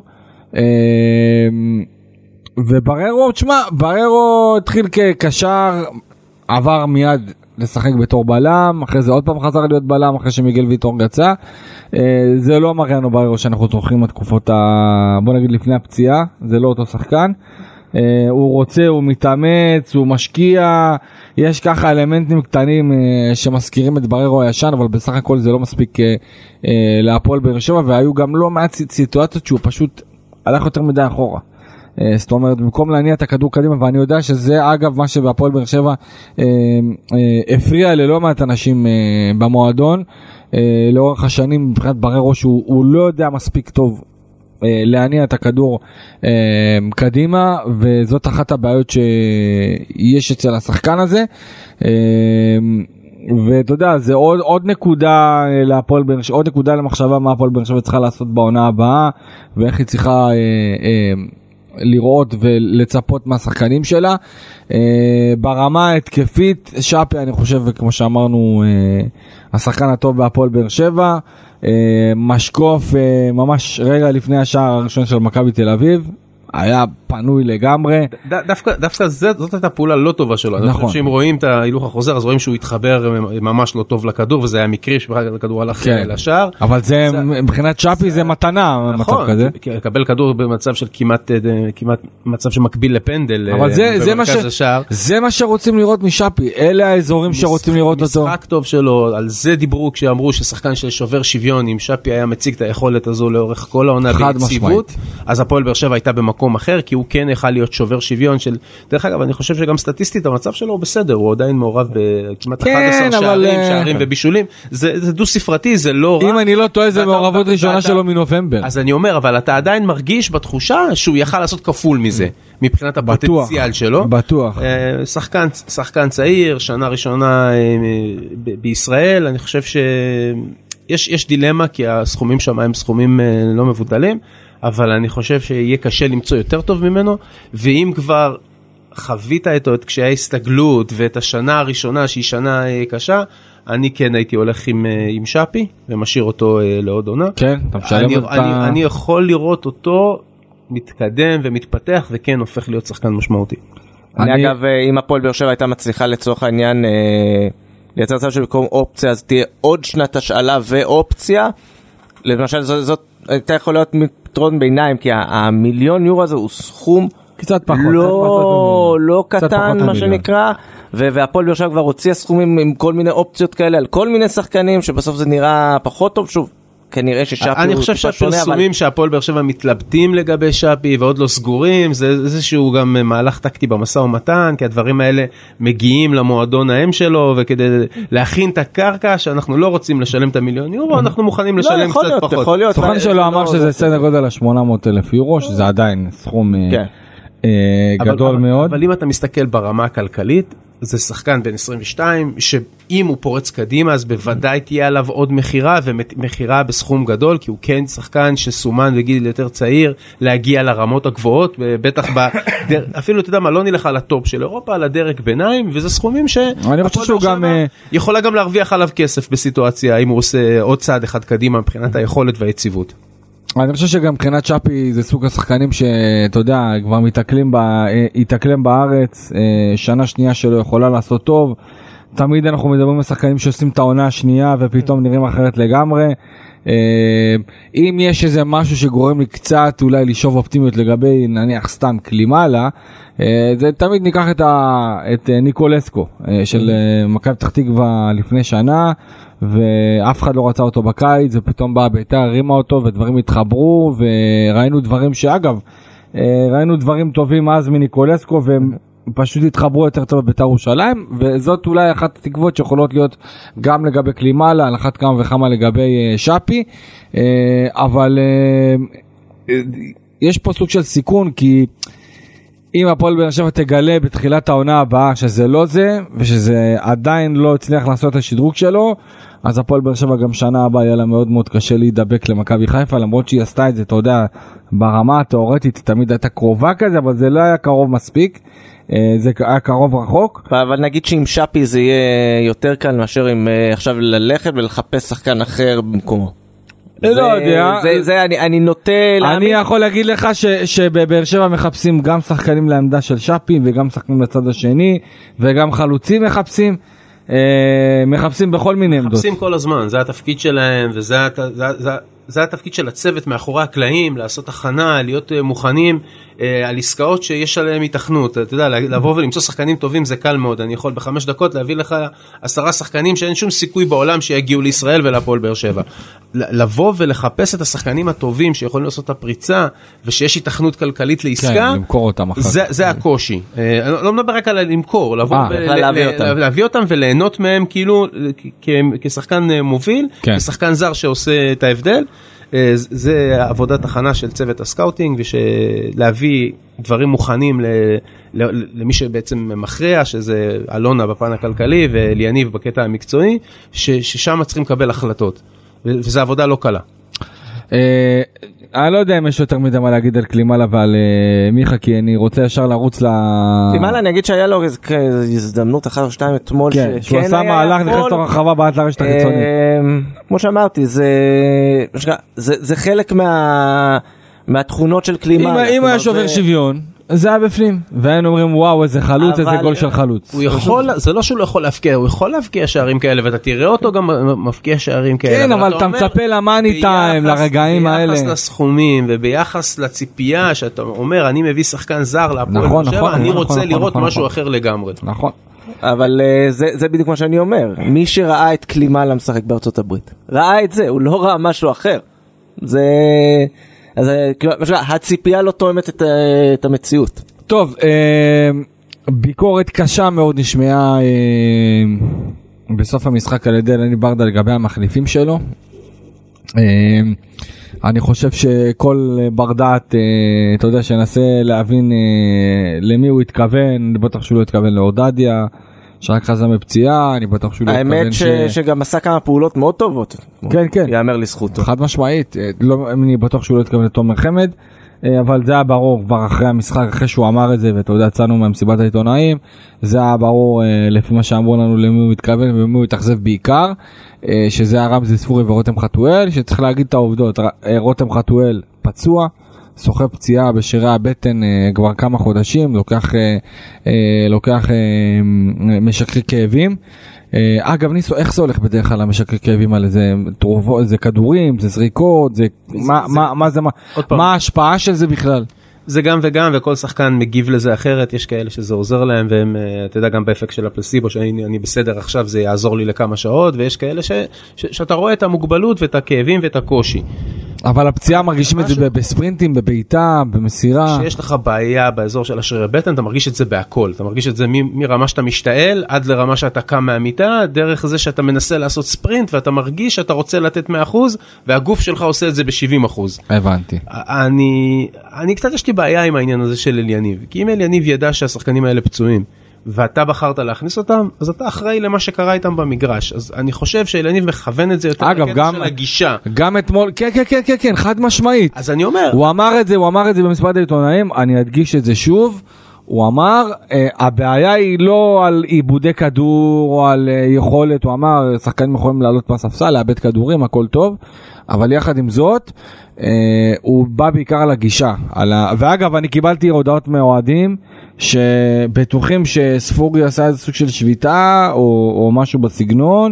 ובררו, תשמע, בררו התחיל כקשר, עבר מיד לשחק בתור בלם, אחרי זה עוד פעם חזר להיות בלם, אחרי שמיגל ויטור יצא. זה לא מראינו בררו שאנחנו זוכרים התקופות, בוא נגיד לפני הפציעה, זה לא אותו שחקן. הוא רוצה, הוא מתאמץ, הוא משקיע, יש ככה אלמנטים קטנים שמזכירים את בררו הישן, אבל בסך הכל זה לא מספיק להפועל באר שבע, והיו גם לא מעט סיטואציות שהוא פשוט הלך יותר מדי אחורה. זאת אומרת, במקום להניע את הכדור קדימה, ואני יודע שזה אגב מה שבהפועל באר שבע הפריע ללא מעט אנשים במועדון, לאורך השנים מבחינת בררו שהוא לא יודע מספיק טוב להניע את הכדור אה, קדימה, וזאת אחת הבעיות שיש אצל השחקן הזה. אה, ואתה יודע, זה עוד, עוד נקודה להפועל באר שבע, עוד נקודה למחשבה מה הפועל באר שבע צריכה לעשות בעונה הבאה, ואיך היא צריכה אה, אה, לראות ולצפות מהשחקנים שלה. אה, ברמה התקפית, שפי אני חושב, וכמו שאמרנו, אה, השחקן הטוב בהפועל באר שבע. משקוף ממש רגע לפני השער הראשון של מכבי תל אביב, היה פנוי לגמרי. דווקא, דווקא זאת הייתה פעולה לא טובה שלו. נכון. שאם רואים את ההילוך החוזר, אז רואים שהוא התחבר ממש לא טוב לכדור, וזה היה מקרי שהכדור הלך לשער. אבל זה, מבחינת שפי זה מתנה, מצב כזה. לקבל כדור במצב של כמעט, כמעט מצב שמקביל לפנדל. אבל זה מה שרוצים לראות משפי. אלה האזורים שרוצים לראות אותו. משחק טוב שלו, על זה דיברו כשאמרו ששחקן של שובר שוויון, אם שפי היה מציג את היכולת הזו לאורך כל העונה ביציבות, אז הפועל באר שבע הייתה במקום אחר, כי הוא כן יכל להיות שובר שוויון של, דרך אגב, אני חושב שגם סטטיסטית המצב שלו הוא בסדר, הוא עדיין מעורב בכמעט כן, אחד עשר אבל... שערים, שערים ובישולים, זה, זה דו ספרתי, זה לא רע. אם אני לא טועה, זה מעורבות ראשונה ואתה, שלו מנובמבר. אז אני אומר, אבל אתה עדיין מרגיש בתחושה שהוא יכל לעשות כפול מזה, מבחינת הפוטנציאל שלו. בטוח. שחקן, שחקן צעיר, שנה ראשונה ב- בישראל, אני חושב שיש יש דילמה, כי הסכומים שם הם סכומים לא מבוטלים, אבל אני חושב שיהיה קשה למצוא יותר טוב ממנו, ואם כבר חווית את, את קשיי ההסתגלות ואת השנה הראשונה שהיא שנה קשה, אני כן הייתי הולך עם, עם שפי ומשאיר אותו לעוד עונה. כן, אתה משלם אני, אותה... אני, אני יכול לראות אותו מתקדם ומתפתח וכן הופך להיות שחקן משמעותי. אני, אני אגב, אם הפועל באר שבע הייתה מצליחה לצורך העניין אה, לייצר צו שבמקום אופציה, אז תהיה עוד שנת השאלה ואופציה. למשל, זאת, זאת הייתה יכול להיות פתרון ביניים, כי המיליון יורו הזה הוא סכום קצת פחות, לא, לא קטן, מה שנקרא, והפועל באר שבע כבר הוציאה סכומים עם כל מיני אופציות כאלה, על כל מיני שחקנים, שבסוף זה נראה פחות טוב, שוב. כנראה ששאפי אני חושב שהפרסומים שהפועל באר שבע מתלבטים לגבי שפי ועוד לא סגורים, זה איזשהו גם מהלך טקטי במשא ומתן, כי הדברים האלה מגיעים למועדון האם שלו, וכדי להכין את הקרקע שאנחנו לא רוצים לשלם את המיליון יורו, אנחנו מוכנים לשלם קצת פחות. סוכן שלו אמר שזה סדר גודל ל-שמונה מאות אלף יורו, שזה עדיין סכום גדול מאוד. אבל אם אתה מסתכל ברמה הכלכלית, זה שחקן בן עשרים ושתיים, שאם הוא פורץ קדימה, אז בוודאי תהיה עליו עוד מחירה, ומחירה בסכום גדול, כי הוא כן שחקן שסומן בגיל יותר צעיר, להגיע לרמות הגבוהות, בטח בדר... אפילו אתה יודע מה, לא נלך על הטופ של אירופה, על הדרג ביניים, וזה סכומים ש... אני חושב שהוא גם... יכולה גם להרוויח עליו כסף בסיטואציה, אם הוא עושה עוד צעד אחד קדימה, מבחינת היכולת והיציבות. אני חושב שגם מבחינת שפי זה סוג השחקנים שאתה יודע כבר מתעכלים מתעכלים בארץ, שנה שנייה שלו יכולה לעשות טוב. תמיד אנחנו מדברים על שחקנים שעושים את העונה השנייה ופתאום נראים אחרת לגמרי. אם יש איזה משהו שגורם לי קצת אולי לשאוב אופטימיות לגבי נניח סתם קלימאלה, זה תמיד ניקח את, ה, את ניקולסקו של מכבי פתח תקווה לפני שנה, ואף אחד לא רצה אותו בקיץ, ופתאום באה בית"ר, הרימה אותו ודברים התחברו, וראינו דברים שאגב, ראינו דברים טובים אז מניקולסקו, והם פשוט התחברו יותר טוב בבית"ר ירושלים, וזאת אולי אחת התקוות שיכולות להיות גם לגבי קלימאלה, על אחת כמה וכמה לגבי שפי, אבל יש פה סוג של סיכון, כי אם הפועל באר שבע תגלה בתחילת העונה הבאה שזה לא זה, ושזה עדיין לא הצליח לעשות את השדרוג שלו, אז הפועל באר שבע גם שנה הבאה יהיה לה מאוד מאוד קשה להידבק למכבי חיפה, למרות שהיא עשתה את זה, אתה יודע, ברמה התיאורטית תמיד הייתה קרובה כזה, אבל זה לא היה קרוב מספיק, זה היה קרוב רחוק. אבל נגיד שעם שפי זה יהיה יותר קל מאשר עם עכשיו ללכת ולחפש שחקן אחר במקומו. לא יודע. זה, זה, אני, אני נוטה להאמין. אני יכול להגיד לך ש, שבבאר שבע מחפשים גם שחקנים לעמדה של שפי, וגם שחקנים לצד השני, וגם חלוצים מחפשים, אה, מחפשים בכל מיני עמדות. מחפשים כל הזמן, זה התפקיד שלהם, וזה זה, זה, זה התפקיד של הצוות מאחורי הקלעים, לעשות הכנה, להיות מוכנים אה, על עסקאות שיש עליהם התכנות. אתה יודע, לבוא ולמצוא שחקנים טובים זה קל מאוד. אני יכול בחמש דקות להביא לך עשרה שחקנים שאין שום סיכוי בעולם שיגיעו לישראל ולפועל באר שבע. לבוא ולחפש את השחקנים הטובים שיכולים לעשות את הפריצה, ושיש התכנות כלכלית לעסקה, כן, למכור אותם אחר. זה, זה הקושי. אה, אני לא מדבר רק על למכור, לבוא אה, ול, להביא ל, אותם. להביא אותם וליהנות מהם כאילו כ, כשחקן מוביל, כן. כשחקן זר שעושה את ההבדל. זה עבודת הכנה של צוות הסקאוטינג, ושלהביא דברים מוכנים למי שבעצם מכריע, שזה אלונה בפן הכלכלי ואליניב בקטע המקצועי, ששם צריכים לקבל החלטות, וזו עבודה לא קלה. אני לא יודע אם יש יותר מדי מה להגיד על קלימאלה ועל מיכה, כי אני רוצה ישר לרוץ ל... קלימאלה, אני אגיד שהיה לו הזדמנות אחת או שתיים אתמול, כן, שהוא עשה מהלך, נכנס תוך הרחבה בעד לרשת החיצונית. כמו שאמרתי, זה חלק מהתכונות של קלימאלה. אם היה שובר שוויון, זה היה בפנים, והיינו אומרים וואו איזה חלוץ, איזה גול של חלוץ. הוא יכול, זה לא שהוא לא יכול להפקיע, הוא יכול להפקיע שערים כאלה, ואתה תראה אותו גם מפקיע שערים כאלה. כן, אבל אתה מצפה למאני טיים, לרגעים האלה. ביחס לסכומים וביחס לציפייה, שאתה אומר, אני מביא שחקן זר להפועל באר שבע, אני רוצה לראות משהו אחר לגמרי. נכון. אבל זה, זה בדיוק מה שאני אומר. מי שראה את קלימאלה משחק בארצות הברית, ראה את זה, הוא לא ראה משהו אחר. זה... אז הציפייה לא תואמת את, את המציאות. טוב, ביקורת קשה מאוד נשמעה בסוף המשחק על ידי אלניב ברדה לגבי המחליפים שלו. אני חושב שכל בר דעת, אתה יודע, שנסה להבין למי הוא התכוון, אני בטח שהוא לא התכוון לאודדיה, שרק חזר מפציעה, אני בטח שהוא לא התכוון. האמת ש... שגם עשה כמה פעולות מאוד טובות. כן, כן. יאמר לזכותו. חד משמעית, לא, אני בטח שהוא לא התכוון לתומר חמד, אבל זה היה ברור כבר אחרי המשחק, אחרי שהוא אמר את זה, ואתה יודע, יצאנו מהמסיבת העיתונאים, זה היה ברור לפי מה שאמרו לנו למי הוא התכוון ומי הוא התאכזב בעיקר, שזה היה רמזי ספורי ורותם חתואל, שצריך להגיד את העובדות. רותם חתואל פצוע, סוחב פציעה בשירי הבטן כבר כמה חודשים, לוקח, לוקח משככי כאבים. אגב ניסו, איך זה הולך בדרך כלל המשככי כאבים האלה? זה תרופות, זה כדורים, זה זריקות, זה מה מה מה זה מה מה ההשפעה של זה בכלל? זה גם וגם, וכל שחקן מגיב לזה אחרת. יש כאלה שזה עוזר להם, והם, אתה יודע, גם באפקט של הפלסיבו, שאני אני בסדר עכשיו, זה יעזור לי לכמה שעות, ויש כאלה ש, ש, שאתה רואה את המוגבלות ואת הכאבים ואת הקושי. אבל הפציעה מרגישים את זה בספרינטים, בביתה, במסירה. שיש לך בעיה באזור של השרירי בטן, אתה מרגיש את זה בהכל. אתה מרגיש את זה מרמה שאתה משתעל, עד לרמה שאתה קם מהמיטה, דרך זה שאתה מנסה לעשות ספרינט, ואתה מרגיש שאתה רוצה לתת מאה אחוז, והגוף שלך עושה את זה ב-שבעים אחוז. הבנתי. אני, אני קצת יש לי בעיה עם העניין הזה של אליניב. כי אם אליניב ידע שהשחקנים האלה פצועים, ואתה בחרת להכניס אותם, אז אתה אחראי למה שקרה איתם במגרש. אז אני חושב שאליניב מכוון את זה יותר אגב, לקטע של הגישה. גם אתמול, כן, כן, כן, כן, כן, חד משמעית. אז אני אומר. הוא אמר את זה, הוא אמר את זה במסיבת העיתונאים, אני אדגיש את זה שוב. הוא אמר, אה, הבעיה היא לא על עיבודי כדור או על אה, יכולת, הוא אמר, שחקנים יכולים לעלות בספסל, לאבד כדורים, הכל טוב, אבל יחד עם זאת, אה, הוא בא בעיקר על הגישה. על ה... ואגב, אני קיבלתי הודעות מאוהדים, שבטוחים שספורי עשה איזה סוג של שביתה, או, או משהו בסגנון,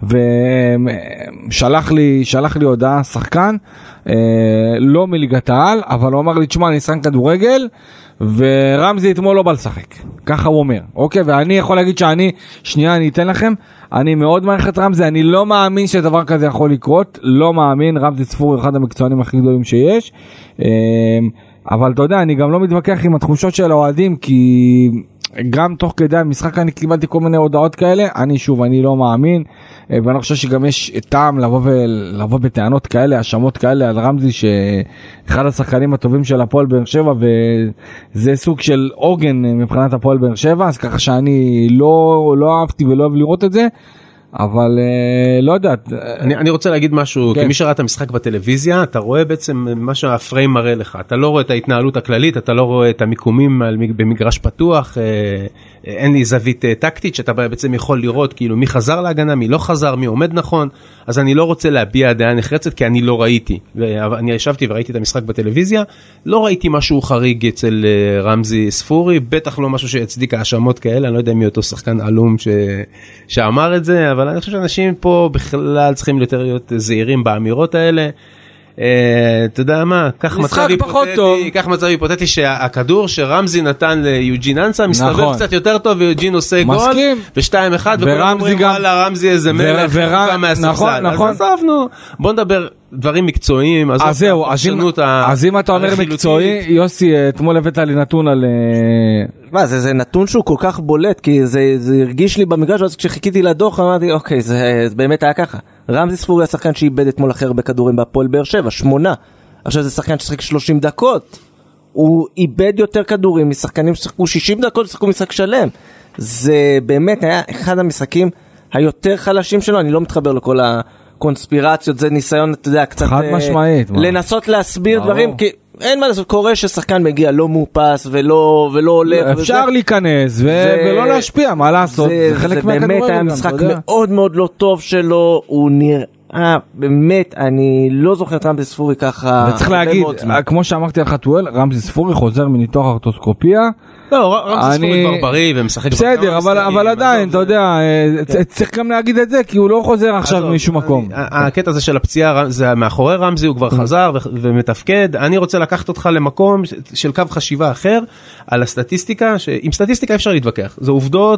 ושלח לי, שלח לי הודעה שחקן, אה, לא מליגת העל, אבל הוא אמר לי, תשמע, אני שחקן כדורגל, ורמזי אתמול לא בא לשחק, ככה הוא אומר, אוקיי, ואני יכול להגיד שאני, שנייה אני אתן לכם, אני מאוד מעריך את רמזי, אני לא מאמין שדבר כזה יכול לקרות, לא מאמין, רמזי ספורי אחד המקצוענים הכי גדולים שיש, אבל אתה יודע, אני גם לא מתווכח עם התחושות של האוהדים, כי גם תוך כדי המשחק אני קיבלתי כל מיני הודעות כאלה, אני שוב, אני לא מאמין, ואני חושב שגם יש טעם לבוא, לבוא בטענות כאלה, האשמות כאלה על רמזי, שאחד השחקנים הטובים של הפועל באר שבע, וזה סוג של עוגן מבחינת הפועל באר שבע, אז ככה שאני לא, לא אהבתי ולא אוהב לראות את זה, אבל לא יודעת. אני, אני רוצה להגיד משהו, כן. כמי שראה את המשחק בטלוויזיה, אתה רואה בעצם מה שהפריים מראה לך, אתה לא רואה את ההתנהלות הכללית, אתה לא רואה את המיקומים במגרש פתוח, אין לי זווית טקטית, שאתה בעצם יכול לראות כאילו מי חזר להגנה, מי לא חזר, מי עומד נכון, אז אני לא רוצה להביע דעה נחרצת, כי אני לא ראיתי, אני ישבתי וראיתי את המשחק בטלוויזיה, לא ראיתי משהו חריג אצל רמזי ספורי, בטח לא משהו שהצדיק האשמות כאלה, אני לא יודע מי אותו שחקן עלום ש... שאמר את זה, אבל אני חושב שאנשים פה בכלל צריכים יותר להיות זהירים באמירות האלה. אתה יודע מה, כך מצב היפותטי, כך מצב היפותטי שהכדור שרמזי נתן ליוג'ין אנסה מסתובב קצת יותר טוב ויוג'ין עושה גול ושתיים אחד וכולם אומרים וואלה רמזי איזה מלך מהספסל. אז עזבנו, בוא נדבר דברים מקצועיים. אז זהו, אז אם אתה אומר מקצועי, יוסי, אתמול הבאת לי נתון על... מה, זה נתון שהוא כל כך בולט, כי זה הרגיש לי במגרש, אז כשחיכיתי לדוח אמרתי, אוקיי, זה באמת היה ככה. רמזי ספורי השחקן שאיבד אתמול אחר בכדורים בהפועל באר שבע, שמונה. עכשיו זה שחקן ששחק שלושים דקות. הוא איבד יותר כדורים משחקנים ששחקו שישים דקות, ששחקו משחק שלם. זה באמת היה אחד המשחקים היותר חלשים שלו, אני לא מתחבר לכל הקונספירציות, זה ניסיון, אתה יודע, קצת... חד משמעית. לנסות להסביר דברים, כי... אין מה לעשות, קורה ששחקן מגיע לא מאופס ולא, ולא הולך. אפשר להיכנס ולא להשפיע, מה לעשות? זה חלק מהכדורגל. זה באמת היה משחק מאוד מאוד לא טוב שלו, הוא נראה, באמת, אני לא זוכר את רמזי ספורי ככה. וצריך להגיד, כמו שאמרתי על חתואל, רמזי ספורי חוזר מניתוח אורתוסקופיה. לא, רמזי ספורי כבר בריא ומשחק. בסדר, אבל עדיין, אתה יודע, צריך גם להגיד את זה, כי הוא לא חוזר עכשיו משום מקום. הקטע הזה של הפציעה, זה מאחורי רמזי, הוא כבר חזר ומתפקד. אני רוצה לקחת אותך למקום של קו חשיבה אחר, על הסטטיסטיקה, שעם סטטיסטיקה אפשר להתווכח. זה עובדות,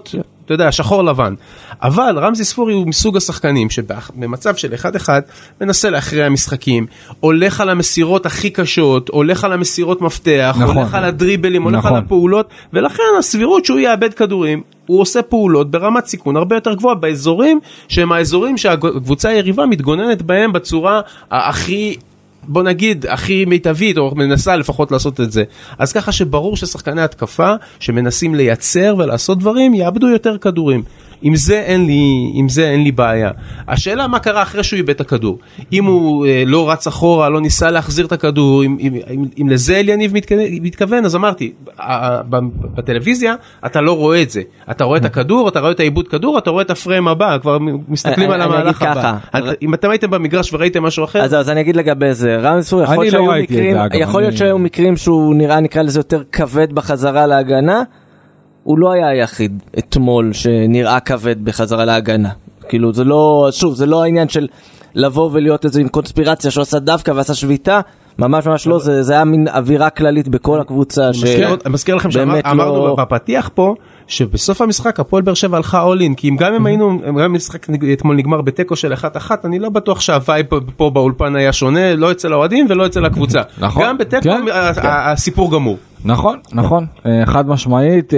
אתה יודע, שחור לבן. אבל רמזי ספורי הוא מסוג השחקנים שבמצב של אחד אחד מנסה לאחרי המשחקים, הולך על המסירות הכי קשות, הולך על המסירות מפתח, נכון. הולך על הדריבלים, הולך נכון. על הפעולות, ולכן הסבירות שהוא יאבד כדורים, הוא עושה פעולות ברמת סיכון הרבה יותר גבוהה באזורים שהם האזורים שהקבוצה היריבה מתגוננת בהם בצורה הכי, בוא נגיד, הכי מיטבית, או מנסה לפחות לעשות את זה. אז ככה שברור ששחקני התקפה שמנסים לייצר ולעשות דברים, יאבדו יותר כדורים. עם זה אין לי, עם זה אין לי בעיה. השאלה מה קרה אחרי שהוא איבד את הכדור. אם הוא אה, לא רץ אחורה, לא ניסה להחזיר את הכדור, אם, אם, אם, אם לזה אליניב מתכוון, אז אמרתי, בטלוויזיה אתה לא רואה את זה. אתה רואה את הכדור, אתה רואה את העיבוד כדור, אתה רואה את הפריים הבא, כבר מסתכלים על המהלך הבא. אם אתם הייתם במגרש וראיתם משהו אחר... אז, אז אני אגיד לגבי זה, רמזי ספורי, יכול להיות שהיו מקרים, יכול להיות שהיו מקרים שהוא נראה, נקרא לזה יותר כבד בחזרה להגנה, הוא לא היה היחיד אתמול שנראה כבד בחזרה להגנה. כאילו זה לא, שוב, זה לא העניין של לבוא ולהיות איזו עם קונספירציה שהוא עשה דווקא ועשה שביתה, ממש ממש לא, זה, זה היה מין אווירה כללית בכל הקבוצה. אני מזכיר לכם שאמרנו בפתיח פה, שבסוף המשחק הפועל באר שבע הלכה אולין, כי אם גם אם היינו, גם המשחק אתמול נגמר בטקו של אחת אחת, אני לא בטוח שהווייב פה באולפן היה שונה, לא אצל האוהדים ולא אצל הקבוצה. גם בטקו הסיפור גמור. נכון, נכון, חד משמעית.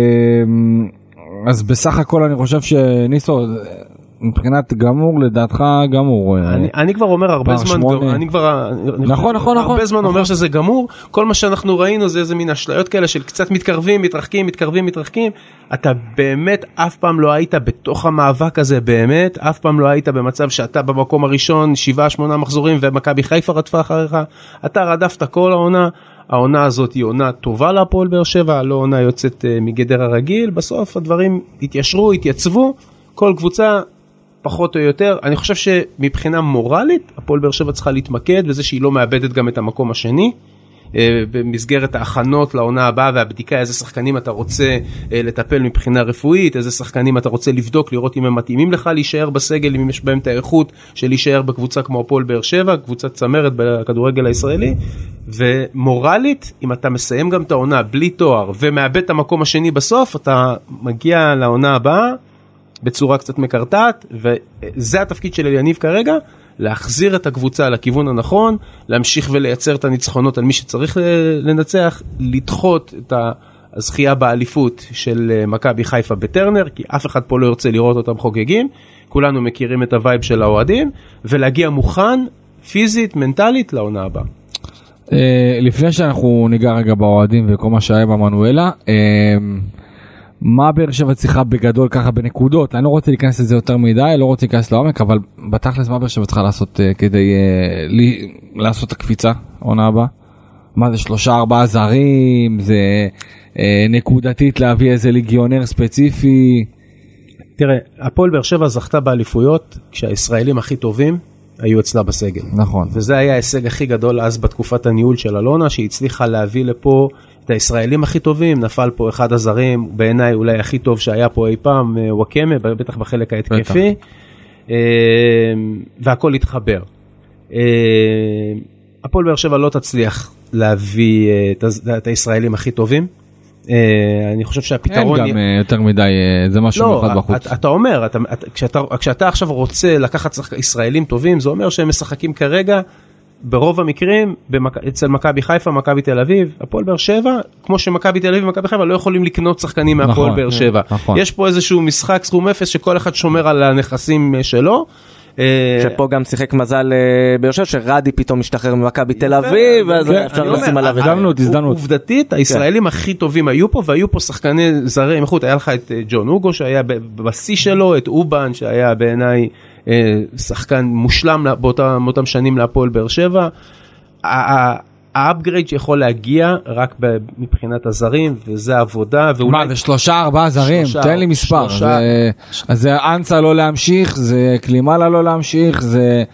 אז בסך הכל אני חושב שניסו, מבחינת גמור, לדעתך גמור. אני, אני כבר אומר הרבה זמן, שמונה... אני כבר, נכון, נכון, הרבה נכון. זמן נכון. אומר שזה גמור, כל מה שאנחנו ראינו זה איזה מין אשליות כאלה של קצת מתקרבים, מתרחקים, מתקרבים, מתרחקים, אתה באמת אף פעם לא היית בתוך המאבק הזה, באמת, אף פעם לא היית במצב שאתה במקום הראשון, שבעה, שמונה מחזורים, ומכבי חיפה רדפה אחריך, אתה רדפת כל העונה, העונה הזאת היא עונה טובה להפועל באר שבע, לא עונה יוצאת uh, מגדר הרגיל, בסוף הדברים התיישרו, התייצבו, כל קבוצה פחות או יותר, אני חושב שמבחינה מורלית, הפועל באר שבע צריכה להתמקד, וזה שהיא לא מאבדת גם את המקום השני, במסגרת ההכנות לעונה הבאה והבדיקה, איזה שחקנים אתה רוצה לטפל מבחינה רפואית, איזה שחקנים אתה רוצה לבדוק, לראות אם הם מתאימים לך להישאר בסגל, אם יש בהם את האיכות של להישאר בקבוצה כמו הפועל באר שבע, קבוצת צמרת בכדורגל הישראלי, ומורלית, אם אתה מסיים גם את העונה בלי תואר, ומאבד את המקום השני בסוף, אתה מגיע לעונה הבאה, בצורה קצת מקרטעת, וזה התפקיד של אליניב כרגע, להחזיר את הקבוצה לכיוון הנכון, להמשיך ולייצר את הניצחונות על מי שצריך לנצח, לדחות את הזכייה באליפות של מכבי חיפה בטרנר, כי אף אחד פה לא ירצה לראות אותם חוגגים, כולנו מכירים את הווייב של האוהדים, ולהגיע מוכן, פיזית, מנטלית, לעונה הבאה. לפני שאנחנו ניגע רגע באוהדים וכל מה שהיה במנואלה, מה באר שבע צריכה בגדול ככה בנקודות? אני לא רוצה להיכנס לזה יותר מדי, לא רוצה להיכנס לעומק, אבל בתכלס מה באר שבע צריכה לעשות uh, כדי uh, לי, לעשות את הקפיצה עונה הבאה? מה זה שלושה ארבעה זרים? זה uh, נקודתית להביא איזה ליגיונר ספציפי? תראה, הפועל באר שבע זכתה באליפויות כשהישראלים הכי טובים היו אצלה בסגל. נכון. וזה היה ההישג הכי גדול אז בתקופת הניהול של אלונה, שהיא הצליחה להביא לפה את הישראלים הכי טובים, נפל פה אחד הזרים, בעיניי אולי הכי טוב שהיה פה אי פעם, וואקמה, בטח בחלק ההתקפי, והכל התחבר. הפועל באר שבע לא תצליח להביא את הישראלים הכי טובים, אני חושב שהפתרון... אין גם יותר מדי, זה משהו מיוחד בחוץ. אתה אומר, כשאתה עכשיו רוצה לקחת ישראלים טובים, זה אומר שהם משחקים כרגע, ברוב המקרים, אצל מכבי חיפה, מכבי תל אביב, הפועל באר שבע, כמו שמכבי תל אביב ומכבי חיפה לא יכולים לקנות שחקנים מהפועל באר שבע. יש פה איזשהו משחק סכום אפס שכל אחד שומר על הנכסים שלו. שפה גם שיחק מזל באר שבע, שרדי פתאום משתחרר ממכבי תל אביב, אז אפשר לשים עליו את זה. עובדתית, הישראלים הכי טובים היו פה, והיו פה שחקני זרי איכות, היה לך את ג'ון אוגו שהיה בשיא שלו, את אובן שהיה בעיניי שחקן מושלם באותם שנים להפועל באר שבע. האפגרייד שיכול להגיע רק מבחינת הזרים, וזה עבודה. מה, זה שלושה ארבעה זרים? תן לי מספר. אז זה אנסה לא להמשיך, זה קלימאלה לא להמשיך, זה...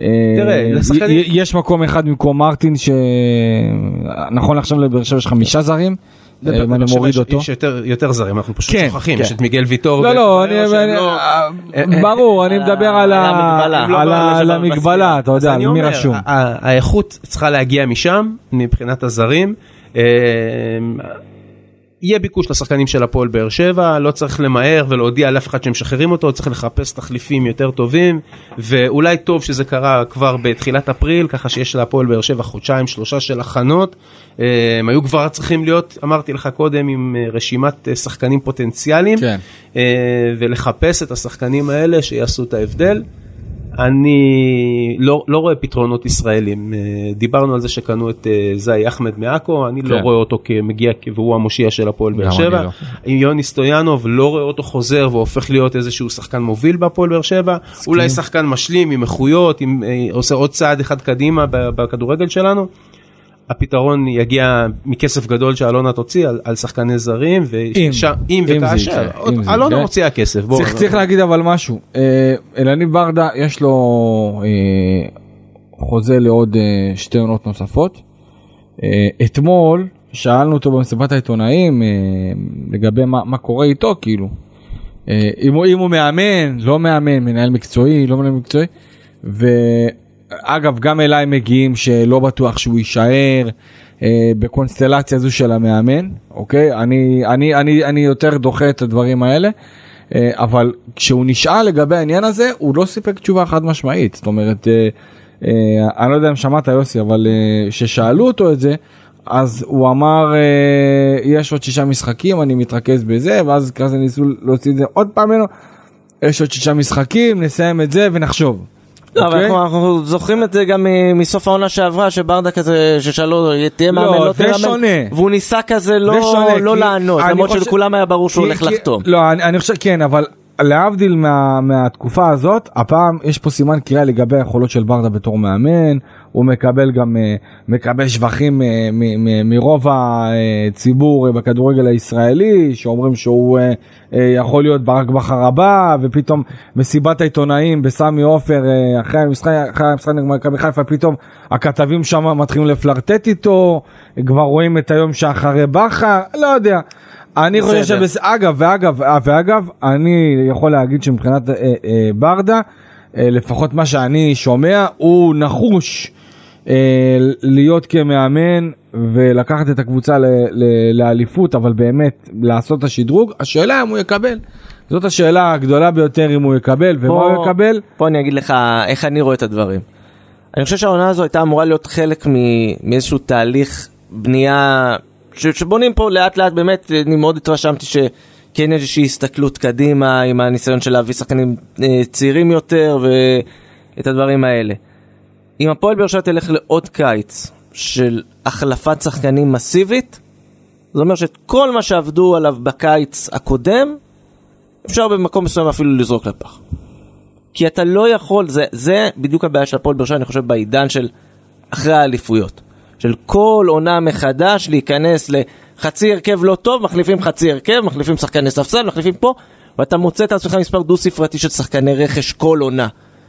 יש מקום אחד במקום מרטין, שנכון עכשיו לבאר שבע יש חמישה זרים, אם אני מוריד אותו. יש יותר זרים, אנחנו פשוט שוכחים, יש את מיגל ויטור. לא, לא, ברור, אני מדבר על המגבלה, אתה יודע, מי רשום. האיכות צריכה להגיע משם, מבחינת הזרים. יהיה ביקוש לשחקנים של הפועל באר שבע, לא צריך למהר ולהודיע על אף אחד שהם משחררים אותו, צריך לחפש תחליפים יותר טובים, ואולי טוב שזה קרה כבר בתחילת אפריל, ככה שיש להפועל באר שבע חודשיים, שלושה של הכנות, הם היו כבר צריכים להיות, אמרתי לך קודם, עם רשימת שחקנים פוטנציאליים, כן. ולחפש את השחקנים האלה שיעשו את ההבדל. אני לא, לא רואה פתרונות ישראלים. דיברנו על זה שקנו את זאי אחמד מעכו, אני כן. לא רואה אותו כמגיע, והוא המושיע של הפועל באר שבע. לא. עם יוני סטויאנוב, לא רואה אותו חוזר והופך להיות איזשהו שחקן מוביל בהפועל באר שבע. סכים. אולי שחקן משלים עם איכויות, עם, עושה עוד צעד אחד קדימה בכדורגל שלנו. הפתרון יגיע מכסף גדול שאלונה תוציא על, על שחקני זרים, ואם וכאשר, אלונה הוציאה כסף. צריך, צריך להגיד אבל משהו, אלניב ברדה יש לו חוזה לעוד שתי עונות נוספות. אתמול שאלנו אותו במסיבת העיתונאים לגבי מה, מה קורה איתו, כאילו, אם הוא, אם הוא מאמן, לא מאמן, מנהל מקצועי, לא מנהל מקצועי, ו... אגב, גם אליי מגיעים שלא בטוח שהוא יישאר אה, בקונסטלציה הזו של המאמן, אוקיי? אני, אני, אני, אני יותר דוחה את הדברים האלה, אה, אבל כשהוא נשאל לגבי העניין הזה, הוא לא סיפק תשובה חד משמעית. זאת אומרת, אה, אה, אני לא יודע אם שמעת יוסי, אבל אה, ששאלו אותו את זה, אז הוא אמר, אה, יש עוד שישה משחקים, אני מתרכז בזה, ואז כזה ניסו להוציא את זה עוד פעם ממנו, יש עוד שישה משחקים, נסיים את זה ונחשוב. לא, אבל אנחנו זוכרים את זה גם מסוף העונה שעברה, שברדה כזה, ששאלו, תהיה מאמן, לא תהיה מאמן, והוא ניסה כזה לא לענות, למרות שלכולם היה ברור שהוא הולך לחתום. לא, אני חושב, כן, אבל להבדיל מהתקופה הזאת, הפעם יש פה סימן קריאה לגבי היכולות של ברדה בתור מאמן, הוא מקבל גם, מקבל שבחים מרוב הציבור בכדורגל הישראלי, שאומרים שהוא יכול להיות ברק בכר הבא, ופתאום מסיבת העיתונאים בסמי עופר, אחרי המשחק, אחרי המשחק מכבי חיפה, פתאום הכתבים שם מתחילים לפלרטט איתו, כבר רואים את היום שאחרי בכר, לא יודע. אני חושב שבס... אגב, ואגב, ואגב, אני יכול להגיד שמבחינת אה, אה, ברדה, אה, לפחות מה שאני שומע, הוא נחוש אה, להיות כמאמן ולקחת את הקבוצה ל, ל, לאליפות, אבל באמת לעשות את השדרוג. השאלה אם הוא יקבל, זאת השאלה הגדולה ביותר, אם הוא יקבל ומה פה, הוא יקבל. פה אני אגיד לך איך אני רואה את הדברים. אני חושב שהעונה הזו הייתה אמורה להיות חלק מאיזשהו תהליך בנייה, שבונים פה לאט לאט, באמת אני מאוד התרשמתי שכן יש איזושהי הסתכלות קדימה עם הניסיון של להביא שחקנים צעירים יותר ואת הדברים האלה. אם הפועל באר שבע תלך לעוד קיץ של החלפת שחקנים מסיבית, זה אומר שאת כל מה שעבדו עליו בקיץ הקודם אפשר במקום מסוים אפילו לזרוק לפח, כי אתה לא יכול, זה, זה בדיוק הבעיה של הפועל באר שבע, אני חושב בעידן של אחרי האליפויות, של כל עונה מחדש להיכנס לחצי הרכב לא טוב, מחליפים חצי הרכב, מחליפים שחקני ספסל, מחליפים פה, ואתה מוצא את עצמך מספר דו ספרתי של שחקני רכש כל עונה.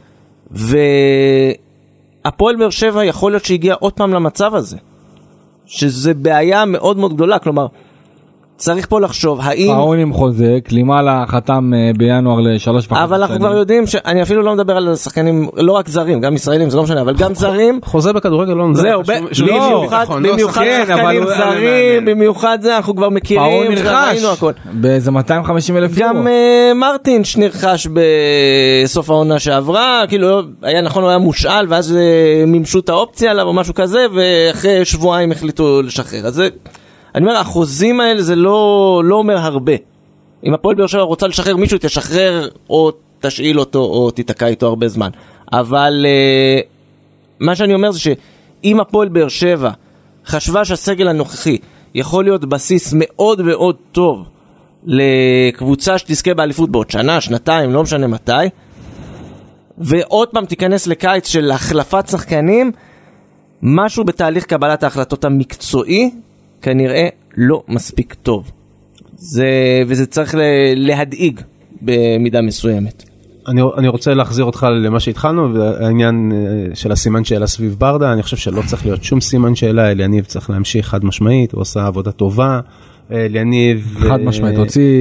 והפועל באר שבע יכול להיות שהגיע עוד פעם למצב הזה, שזה בעיה מאוד מאוד גדולה, כלומר, צריך פה לחשוב, האם... פאון עם חוזה, קלימאלה חתם בינואר לשלוש וחצי. אבל אנחנו כבר יודעים שאני אפילו לא מדבר על שחקנים, לא רק זרים, גם ישראלים, זה לא משנה, אבל גם זרים... חוזה בכדורגל לא נדבר. זהו, במיוחד שחקנים זרים, במיוחד זה, אנחנו כבר מכירים. פאון נרכש, באיזה מאתיים וחמישים אלף יורו. גם מרטין שנרכש בסוף העונה שעברה, כאילו היה נכון, הוא היה מושאל, ואז מימשו את האופציה עליו או משהו כזה, ואחרי שבועיים החליטו לשחרר. אז זה... אני אומר, החוזים האלה זה לא, לא אומר הרבה. אם הפועל באר שבע רוצה לשחרר מישהו, תשחרר או תשאיל אותו או תתקע איתו הרבה זמן. אבל uh, מה שאני אומר זה שאם הפועל באר שבע חשבה שהסגל הנוכחי יכול להיות בסיס מאוד מאוד טוב לקבוצה שתזכה באליפות בעוד שנה, שנתיים, לא משנה מתי, ועוד פעם תיכנס לקיץ של החלפת שחקנים, משהו בתהליך קבלת ההחלטות המקצועי, כנראה לא מספיק טוב. זה, וזה צריך להדאיג במידה מסוימת. אני, אני רוצה להחזיר אותך למה שהתחלנו, והעניין של הסימן שאלה סביב ברדה, אני חושב שלא צריך להיות שום סימן שאלה, אליניב צריך להמשיך חד משמעית, הוא עושה עבודה טובה, ליניב. חד משמעית,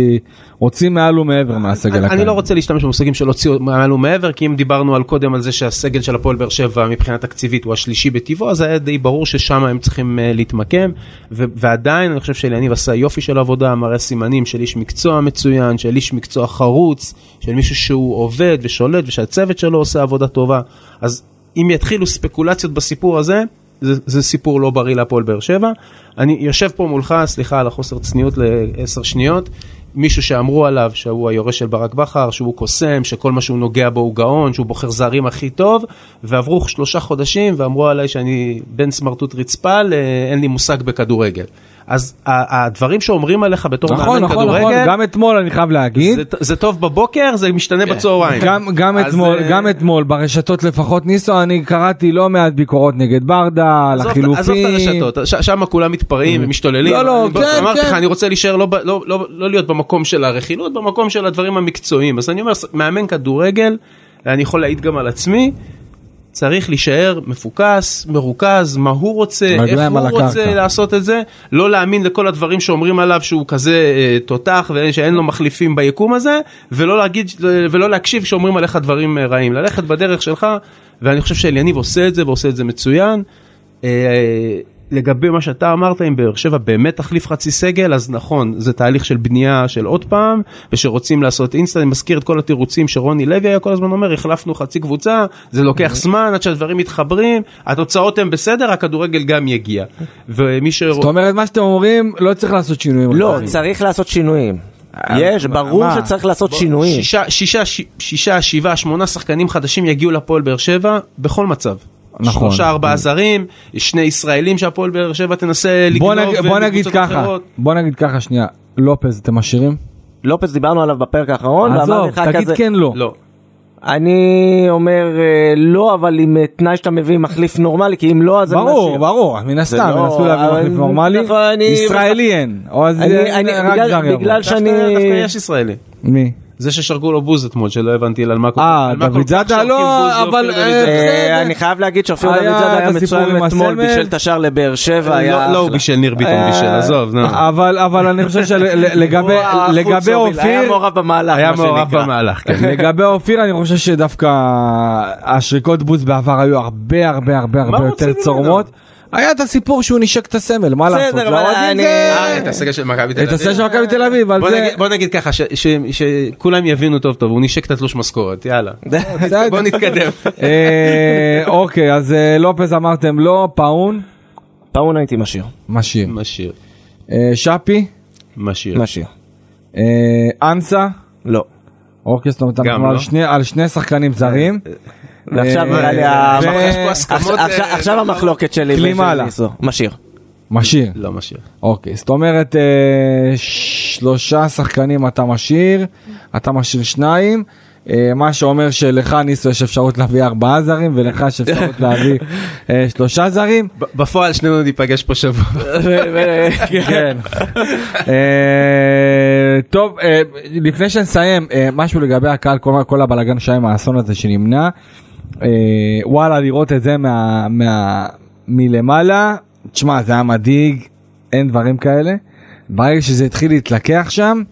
הוציא מעל ומעבר מהסגל הקיים. אני לא רוצה להשתמש במושגים של הוציא מעל ומעבר, כי אם דיברנו על קודם על זה שהסגל של הפועל באר שבע מבחינה תקציבית הוא השלישי בטבעו, אז היה די ברור ששם הם צריכים להתמקם, ועדיין אני חושב שליניב עשה יופי של עבודה, מראה סימנים של איש מקצוע מצוין, של איש מקצוע חרוץ, של מישהו שהוא עובד ושולט, ושהצוות שלו עושה עבודה טובה. אז אם יתחילו ספקולציות בסיפור הזה, זה, זה סיפור לא בריא להפועל באר שבע. אני יושב פה מולך, סליחה על החוסר צניעות לעשר שניות, מישהו שאמרו עליו שהוא היורש של ברק בכר, שהוא קוסם, שכל מה שהוא נוגע בו הוא גאון, שהוא בוחר זרים הכי טוב, ועברו שלושה חודשים ואמרו עליי שאני בן סמרטוט רצפה, אין לי מושג בכדורגל. אז הדברים שאומרים עליך בתור נכון, מאמן נכון, כדורגל, נכון, גם אתמול אני חייב להגיד, זה, זה טוב בבוקר, זה משתנה כן. בצהריים. גם, גם, אתמול, uh... גם אתמול ברשתות לפחות ניסו, אני קראתי לא מעט ביקורות נגד ברדה, על החילופים. עזוב את הרשתות, שם כולם מתפרעים ומשתוללים. לא, לא, כן, אמרתי לך, אני רוצה להישאר לא, לא, לא, לא להיות במקום של הרכילות, במקום של הדברים המקצועיים. אז אני אומר, מאמן כדורגל, אני יכול להעיד גם על עצמי, צריך להישאר מפוקס, מרוכז, מה הוא רוצה, איך הוא רוצה לעשות את זה, לא להאמין לכל הדברים שאומרים עליו שהוא כזה אה, תותח ושאין לו מחליפים ביקום הזה, ולא להגיד, ולא להקשיב שאומרים עליך דברים אה, רעים, ללכת בדרך שלך, ואני חושב שאליניב עושה את זה ועושה את זה מצוין. אה, לגבי מה שאתה אמרת, אם באר שבע באמת תחליף חצי סגל, אז נכון, זה תהליך של בנייה של עוד פעם, ושרוצים לעשות אינסטנט, אני מזכיר את כל התירוצים שרוני לוי היה כל הזמן אומר, החלפנו חצי קבוצה, זה לוקח זמן עד שהדברים מתחברים, התוצאות הן בסדר, הכדורגל גם יגיע. ומי ש... זאת אומרת, מה שאתם אומרים, לא צריך לעשות שינויים. לא, צריך לעשות שינויים. יש, ברור שצריך לעשות שינויים. שישה, שישה, שבעה, שמונה שחקנים חדשים יגיעו לפועל באר שבע, בכל מצב. נכון. שלושה, ארבעה זרים, שני ישראלים שהפועל באר שבע תנסה לגנוב בקבוצות אחרות. בוא נגיד ככה שנייה, לופז אתם משאירים? לופז דיברנו עליו בפרק האחרון. עזוב, תגיד כן לא. לא. אני אומר לא, אבל עם תנאי שאתה מביא מחליף נורמלי, כי אם לא אז... ברור, ברור, מן הסתם, נסו להביא מחליף נורמלי, ישראלי אין, או אז רק זר יבוא. בגלל שאני... דווקא יש ישראלי. מי? זה ששרגו לו בוז אתמול, שלא הבנתי על מה כל כך. אה, דוד זאדה, לא, אבל... אני חייב להגיד שאופיר דוד זאדה היה מצוין אתמול, בישל את השאר לבאר שבע. לא, הוא בישל, ניר ביטון בישל, עזוב. אבל אני חושב שלגבי אופיר... היה מעורב במהלך. היה מעורב במהלך, כן. לגבי אופיר, אני חושב שדווקא השריקות בוז בעבר היו הרבה הרבה הרבה הרבה יותר צורמות. היה את הסיפור שהוא נשק את הסמל, מה לעשות? בסדר, אבל אני... את הסגל של מכבי תל אביב. את הסגל של מכבי תל אביב, אבל זה... בוא נגיד ככה, שכולם יבינו טוב טוב, הוא נשק את התלוש משכורת, יאללה. בוא נתקדם. אוקיי, אז לופז אמרתם לא, פאון? פאון הייתי משאיר. משאיר. משאיר. שפי? משאיר. משאיר. אנסה? לא. אוקיי, זאת אומרת, אנחנו על שני שחקנים זרים. ועכשיו נראה לי עכשיו המחלוקת שלי קלימאלה משאיר משאיר לא משאיר. אוקיי, זאת אומרת שלושה שחקנים אתה משאיר, אתה משאיר שניים, מה שאומר שלך ניסו יש אפשרות להביא ארבעה זרים ולך יש אפשרות להביא שלושה זרים. בפועל שנינו ניפגש פה שבוע. כן. טוב, לפני שנסיים משהו לגבי הקהל, כל הבלגן שהיה מהאסון הזה שנמנע, וואלה, לראות את זה מלמעלה, תשמע, זה היה מדאיג, אין דברים כאלה. ברגע שזה התחיל להתלקח שם,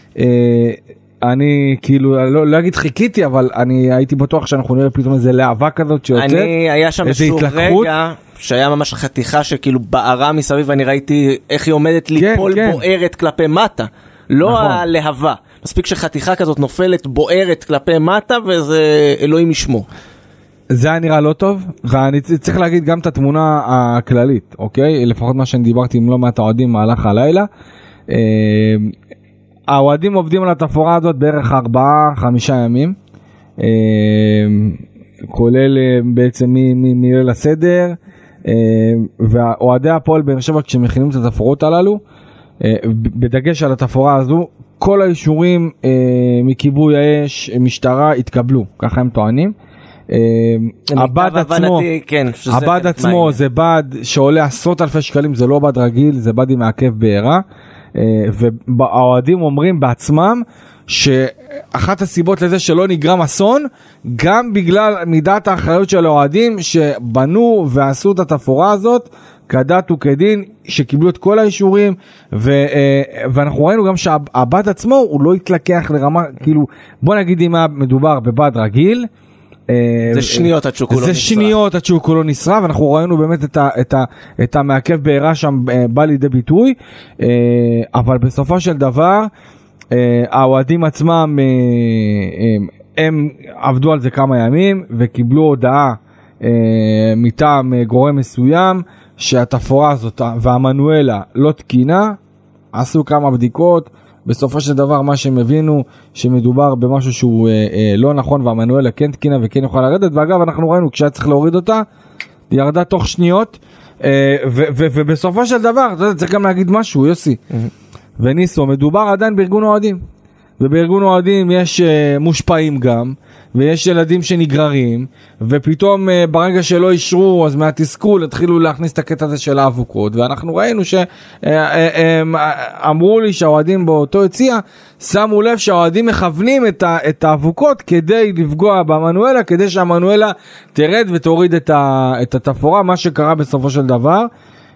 אני כאילו, לא, לא אגיד חיכיתי, אבל אני הייתי בטוח שאנחנו נראה פתאום איזה להבה כזאת שיוצאת. אני, היה שם איזשהו רגע, שהיה ממש חתיכה שכאילו בערה מסביב, ואני ראיתי איך היא עומדת ליפול כן, בוערת כן. כלפי מטה. לא נכון. הלהבה. מספיק שחתיכה כזאת נופלת בוערת כלפי מטה, וזה אלוהים ישמו. זה היה נראה לא טוב, ואני צריך להגיד גם את התמונה הכללית, אוקיי? לפחות מה שאני דיברתי עם לא מעט האוהדים מהלך הלילה. האוהדים עובדים על התפאורה הזאת בערך ארבעה, חמישה ימים, כולל בעצם מליל הסדר, והאוהדי הפועל באר שבע כשמכינים את התפאורות הללו, בדגש על התפאורה הזו, כל האישורים מכיבוי האש, משטרה, התקבלו, ככה הם טוענים. הבד עצמו, הבד עצמו זה בד שעולה עשרות אלפי שקלים, זה לא בד רגיל, זה בד עם מעכב בעירה, והאוהדים אומרים בעצמם שאחת הסיבות לזה שלא נגרם אסון, גם בגלל מידת האחריות של האוהדים שבנו ועשו את התפאורה הזאת כדת וכדין, שקיבלו את כל האישורים, ו, ואנחנו ראינו גם שהבד עצמו הוא לא התלקח לרמה, כאילו, בוא נגיד אם היה מדובר בבד רגיל, זה שניות עד שהוא כולו נשרף. זה שניות עד שהוא כולו נשרף, אנחנו ראינו באמת את, ה, את, ה, את המעכב בעירה שם בא לידי ביטוי, אבל בסופו של דבר, האוהדים עצמם, הם עבדו על זה כמה ימים, וקיבלו הודעה מטעם גורם מסוים, שהתפאורה הזאת והמנואלה לא תקינה, עשו כמה בדיקות, בסופו של דבר מה שהם הבינו שמדובר במשהו שהוא אה, אה, לא נכון, והמנואלה כן תקינה וכן יוכל לרדת, ואגב אנחנו ראינו כשהיה צריך להוריד אותה, היא ירדה תוך שניות, אה, ו- ו- ובסופו של דבר, אתה יודע, צריך גם להגיד משהו, יוסי, mm-hmm. וניסו, מדובר עדיין בארגון אוהדים, ובארגון אוהדים יש אה, מושפעים גם, ויש ילדים שנגררים, ופתאום ברגע שלא אישרו, אז מהתסכול התחילו להכניס את הקטע הזה של האבוקות, ואנחנו ראינו שאמרו לי שהאוהדים באותו יציע, שמו לב שהאוהדים מכוונים את האבוקות כדי לפגוע במנואלה, כדי שהמנואלה תרד ותוריד את התפאורה, מה שקרה בסופו של דבר,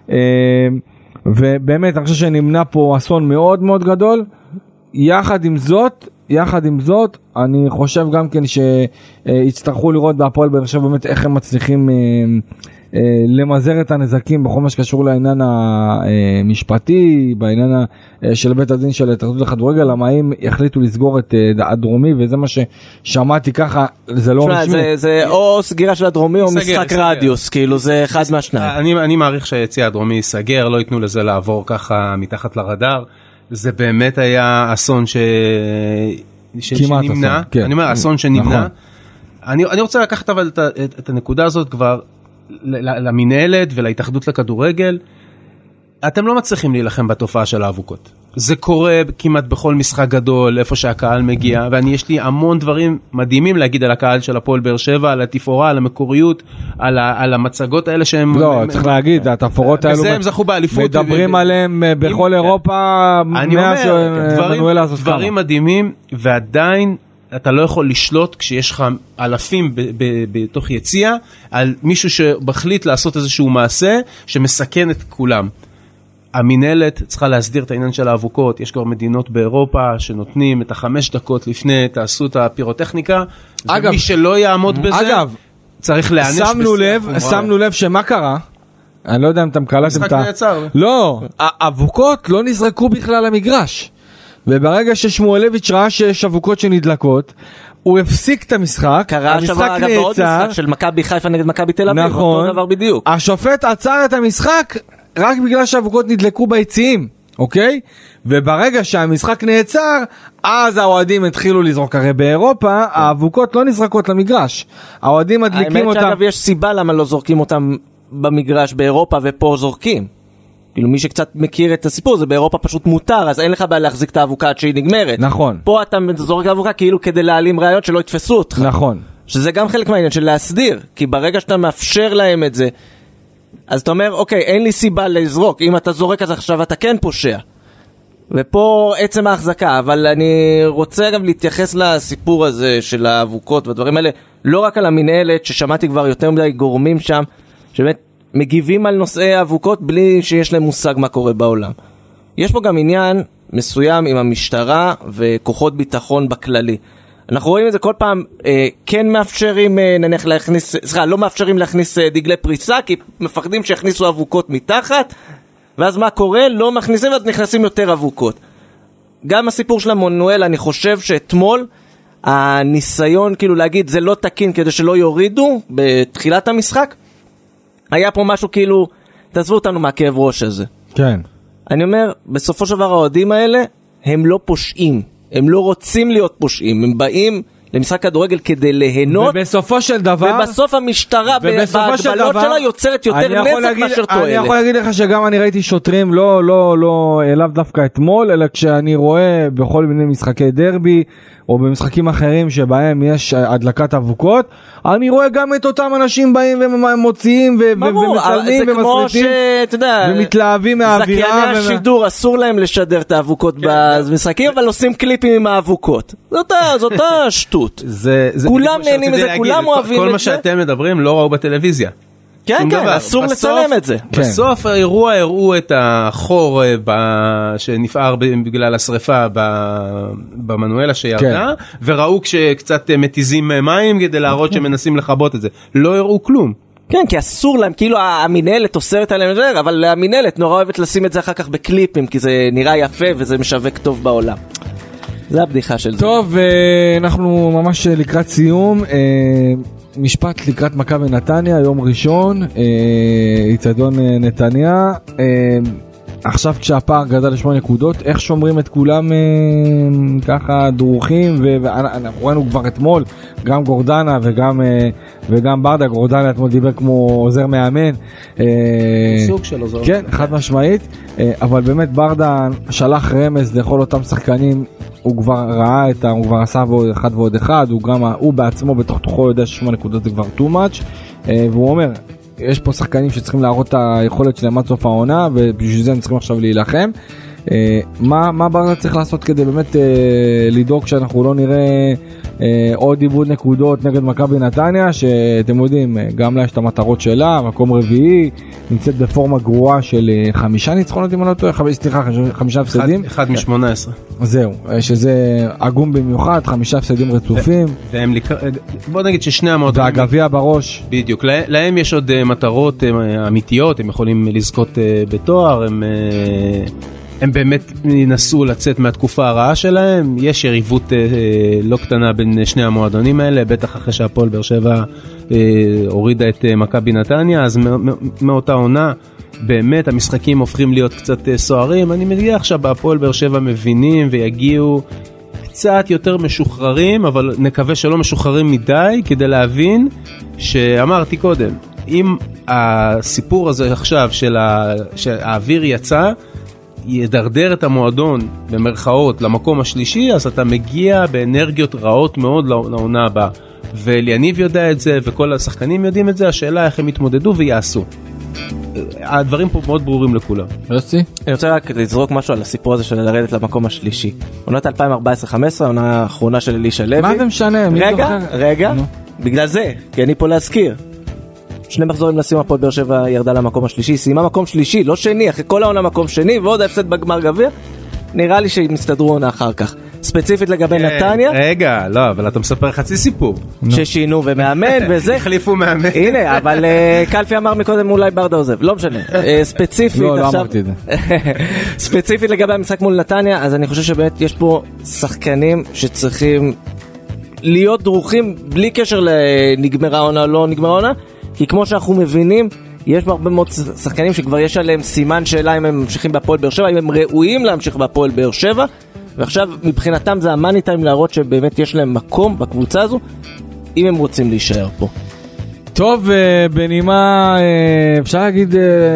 ובאמת אני חושב שנמנע פה אסון מאוד מאוד גדול, יחד עם זאת, יחד עם זאת, אני חושב גם כן שיצטרכו לראות בהפועל באר שבע באמת איך הם מצליחים למזער את הנזקים בכל מה שקשור לעניין המשפטי, בעניין של בית הדין של ההתאחדות לכדורגל, למה הם החליטו לסגור את הדרומי, וזה מה ששמעתי ככה, זה לא רשמי. זה או סגירה של הדרומי או משחק רדיוס, כאילו זה אחד מהשניים. אני מעריך שהיציע הדרומי ייסגר, לא ייתנו לזה לעבור ככה מתחת לרדאר. זה באמת היה אסון ש... ש... שנמנע, אסון, כן. אני אומר אסון שנמנע. נכון. אני, אני רוצה לקחת אבל את, את, את הנקודה הזאת כבר למנהלת ולהתאחדות לכדורגל. אתם לא מצליחים להילחם בתופעה של האבוקות. זה קורה כמעט בכל משחק גדול, איפה שהקהל מגיע, ואני יש לי המון דברים מדהימים להגיד על הקהל של הפועל באר שבע, על התפאורה, על המקוריות, על, ה, על המצגות האלה שהם... לא, צריך להגיד, התפאורות האלו... בזה הם זכו באליפות. מדברים עליהם בכל אירופה, אני אומר, דברים מדהימים, ועדיין אתה לא יכול לשלוט כשיש לך אלפים בתוך יציע, על מישהו שבחליט לעשות איזשהו מעשה, שמסכן את כולם. המנהלת צריכה להסדיר את העניין של האבוקות, יש כבר מדינות באירופה שנותנים את החמש דקות לפני, תעשו את הפירוטכניקה, ומי שלא יעמוד בזה, אגב, צריך להענש שמנו לב, שמנו לב שמה קרה, אני לא יודע אם אתם קלטתם את ה... לא, האבוקות לא נזרקו בכלל למגרש, וברגע ששמואלביץ' ראה שיש אבוקות שנדלקות, הוא הפסיק את המשחק, קרה שבוע אגב בעוד משחק של מכבי חיפה נגד מכבי תל אביב, נכון, אותו דבר בדיוק. השופט עצר את המשחק, רק בגלל שהאבוקות נדלקו ביציעים, אוקיי? וברגע שהמשחק נעצר, אז האוהדים התחילו לזרוק, הרי באירופה, האבוקות לא נזרקות למגרש. האוהדים מדליקים אותם... האמת שאגב יש סיבה למה לא זורקים אותם במגרש באירופה ופה זורקים. כאילו מי שקצת מכיר את הסיפור, זה באירופה פשוט מותר, אז אין לך בעיה להחזיק את האבוקה עד שהיא נגמרת. נכון. פה אתה זורק האבוקה כאילו כדי להעלים ראיות שלא יתפסו אותך. נכון. שזה גם חלק מהעניין של להסדיר, כי ברגע שאתה מאפשר להם את זה, אז אתה אומר, אוקיי, אין לי סיבה לזרוק, אם אתה זורק אז עכשיו אתה כן פושע. ופה עצם ההחזקה, אבל אני רוצה גם להתייחס לסיפור הזה של האבוקות והדברים האלה, לא רק על המנהלת, ששמעתי כבר יותר מדי גורמים שם, שבאמת מגיבים על נושאי האבוקות בלי שיש להם מושג מה קורה בעולם. יש פה גם עניין מסוים עם המשטרה וכוחות ביטחון בכללי. אנחנו רואים את זה כל פעם, אה, כן מאפשרים, אה, נניח להכניס, סליחה, לא מאפשרים להכניס אה, דגלי פריסה, כי מפחדים שיכניסו אבוקות מתחת, ואז מה קורה? לא מכניסים ואז נכנסים יותר אבוקות. גם הסיפור של המנואלה, אני חושב שאתמול, הניסיון כאילו להגיד זה לא תקין כדי שלא יורידו בתחילת המשחק, היה פה משהו כאילו, תעזבו אותנו מהכאב ראש הזה. כן. אני אומר, בסופו של דבר האוהדים האלה, הם לא פושעים. הם לא רוצים להיות פושעים, הם באים למשחק כדורגל כדי ליהנות, ובסופו של דבר, ובסוף המשטרה בהגבלות שלה יוצרת יותר נזק מאשר תועלת. אני יכול להגיד לך שגם אני ראיתי שוטרים, לא, לא, לא, אליו דווקא אתמול, אלא כשאני רואה בכל מיני משחקי דרבי, או במשחקים אחרים שבהם יש הדלקת אבוקות, אני רואה גם את אותם אנשים באים ומוציאים ומצלמים ומסריטים ומתלהבים מהאווירה. זכייני השידור אסור להם לשדר את האבוקות במשחקים, אבל עושים קליפים עם האבוקות. זאת השטות. כולם נהנים מזה, כולם אוהבים את זה. כל מה שאתם מדברים לא ראו בטלוויזיה. כן, כן, אסור לצלם את זה. בסוף האירוע הראו את החור שנפער בגלל השריפה במנואלה שירדה, וראו כשקצת מתיזים מים כדי להראות שמנסים לכבות את זה. לא הראו כלום. כן, כי אסור להם, כאילו המנהלת אוסרת עליהם לדבר, אבל המנהלת נורא אוהבת לשים את זה אחר כך בקליפים, כי זה נראה יפה וזה משווק טוב בעולם. זה הבדיחה של זה. טוב, אנחנו ממש לקראת סיום. משפט לקראת מכבי נתניה, יום ראשון, איצטדיון נתניה. עכשיו כשהפער גדל לשמונה נקודות, איך שומרים את כולם ככה דרוכים, ואנחנו ראינו כבר אתמול, גם גורדנה וגם, וגם ברדה, גורדנה אתמול דיבר כמו עוזר מאמן. סוג של עוזר. כן, חד משמעית, אבל באמת ברדה שלח רמז לכל אותם שחקנים, הוא כבר ראה את ה... הוא כבר עשה אחד ועוד אחד, הוא גם, הוא בעצמו בתוך תוכו יודע ששמונה נקודות זה כבר too much, והוא אומר, יש פה שחקנים שצריכים להראות את היכולת שלהם עד סוף העונה, ובשביל זה הם צריכים עכשיו להילחם. מה, מה ברדה צריך לעשות כדי באמת לדאוג שאנחנו לא נראה עוד איבוד נקודות נגד מכבי נתניה, שאתם יודעים, גם לה יש את המטרות שלה, מקום רביעי, נמצאת בפורמה גרועה של חמישה ניצחונות אם אני לא טועה, סליחה, חמישה הפסדים. אחד משמונה עשרה. זהו, שזה עגום במיוחד, חמישה הפסדים רצופים. והם, בוא נגיד ששני המועדונים. והגביע בראש. בדיוק, להם יש עוד מטרות אמיתיות, הם יכולים לזכות בתואר, הם... הם באמת ינסו לצאת מהתקופה הרעה שלהם, יש יריבות אה, לא קטנה בין שני המועדונים האלה, בטח אחרי שהפועל באר שבע אה, הורידה את אה, מכבי נתניה, אז מאותה עונה באמת המשחקים הופכים להיות קצת אה, סוערים, אני מגיע עכשיו בהפועל באר שבע מבינים ויגיעו קצת יותר משוחררים, אבל נקווה שלא משוחררים מדי, כדי להבין שאמרתי קודם, אם הסיפור הזה עכשיו של ה... שהאוויר יצא, ידרדר את המועדון במרכאות למקום השלישי, אז אתה מגיע באנרגיות רעות מאוד לעונה הבאה. ואליניב יודע את זה, וכל השחקנים יודעים את זה, השאלה איך הם יתמודדו ויעשו. הדברים פה מאוד ברורים לכולם. יוסי? אני רוצה רק לזרוק משהו על הסיפור הזה של לרדת למקום השלישי. עונת אלפיים ארבע עשרה חמש עשרה, העונה האחרונה של אלישע לוי. מה זה משנה? רגע, רגע, בגלל זה, כי אני פה להזכיר. שני מחזורים לסיום הפועל באר שבע ירדה למקום השלישי, סיימה מקום שלישי, לא שני, אחרי כל העונה מקום שני, ועוד ההפסד בגמר גביע, נראה לי שהם מסתדרו עונה אחר כך. ספציפית לגבי נתניה. רגע, לא, אבל אתה מספר חצי סיפור. ששינו ומאמן וזה. החליפו מאמן. הנה, אבל קלפי אמר מקודם אולי ברדה עוזב, לא משנה. ספציפית לא, לא אמרתי את זה. ספציפית לגבי המשחק מול נתניה, אז אני חושב שבאמת יש פה שחקנים שצריכים להיות דרוכים בלי קשר לנגמרה עונה, לא נגמרה עונה. כי כמו שאנחנו מבינים, יש הרבה מאוד שחקנים שכבר יש עליהם סימן שאלה אם הם ממשיכים בהפועל באר שבע, אם הם ראויים להמשיך בהפועל באר שבע, ועכשיו מבחינתם זה המאני טיים להראות שבאמת יש להם מקום בקבוצה הזו, אם הם רוצים להישאר פה. טוב, בנימה, אפשר להגיד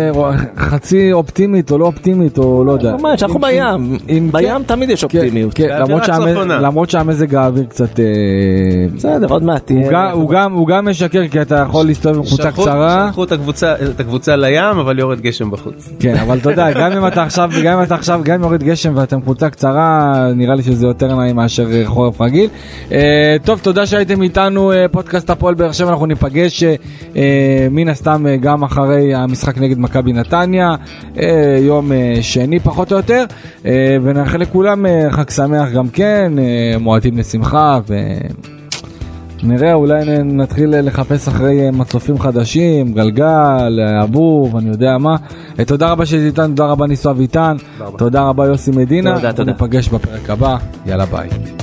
חצי אופטימית או לא אופטימית או לא יודע. ממש, אנחנו בים, בים תמיד יש אופטימיות. למרות שהמזג האוויר קצת... בסדר, עוד מעט. הוא גם משקר כי אתה יכול להסתובב עם חולצה קצרה. שלחו את הקבוצה לים, אבל יורד גשם בחוץ. כן, אבל אתה יודע, גם אם אתה עכשיו, גם אם אתה עכשיו, גם אם יורד גשם ואתם חולצה קצרה, נראה לי שזה יותר נעים מאשר חורף רגיל. טוב, תודה שהייתם איתנו, פודקאסט הפועל באר שבע, אנחנו ניפגש מן הסתם גם אחרי המשחק נגד מכבי נתניה, יום שני פחות או יותר, ונאחל לכולם חג שמח גם כן, מועדים לשמחה, ונראה אולי נתחיל לחפש אחרי מצופים חדשים, גלגל, אבוב, אני יודע מה. תודה רבה שהייתם, תודה רבה ניסו אביטן, תודה רבה יוסי מדינה, ניפגש בפרק הבא, יאללה ביי.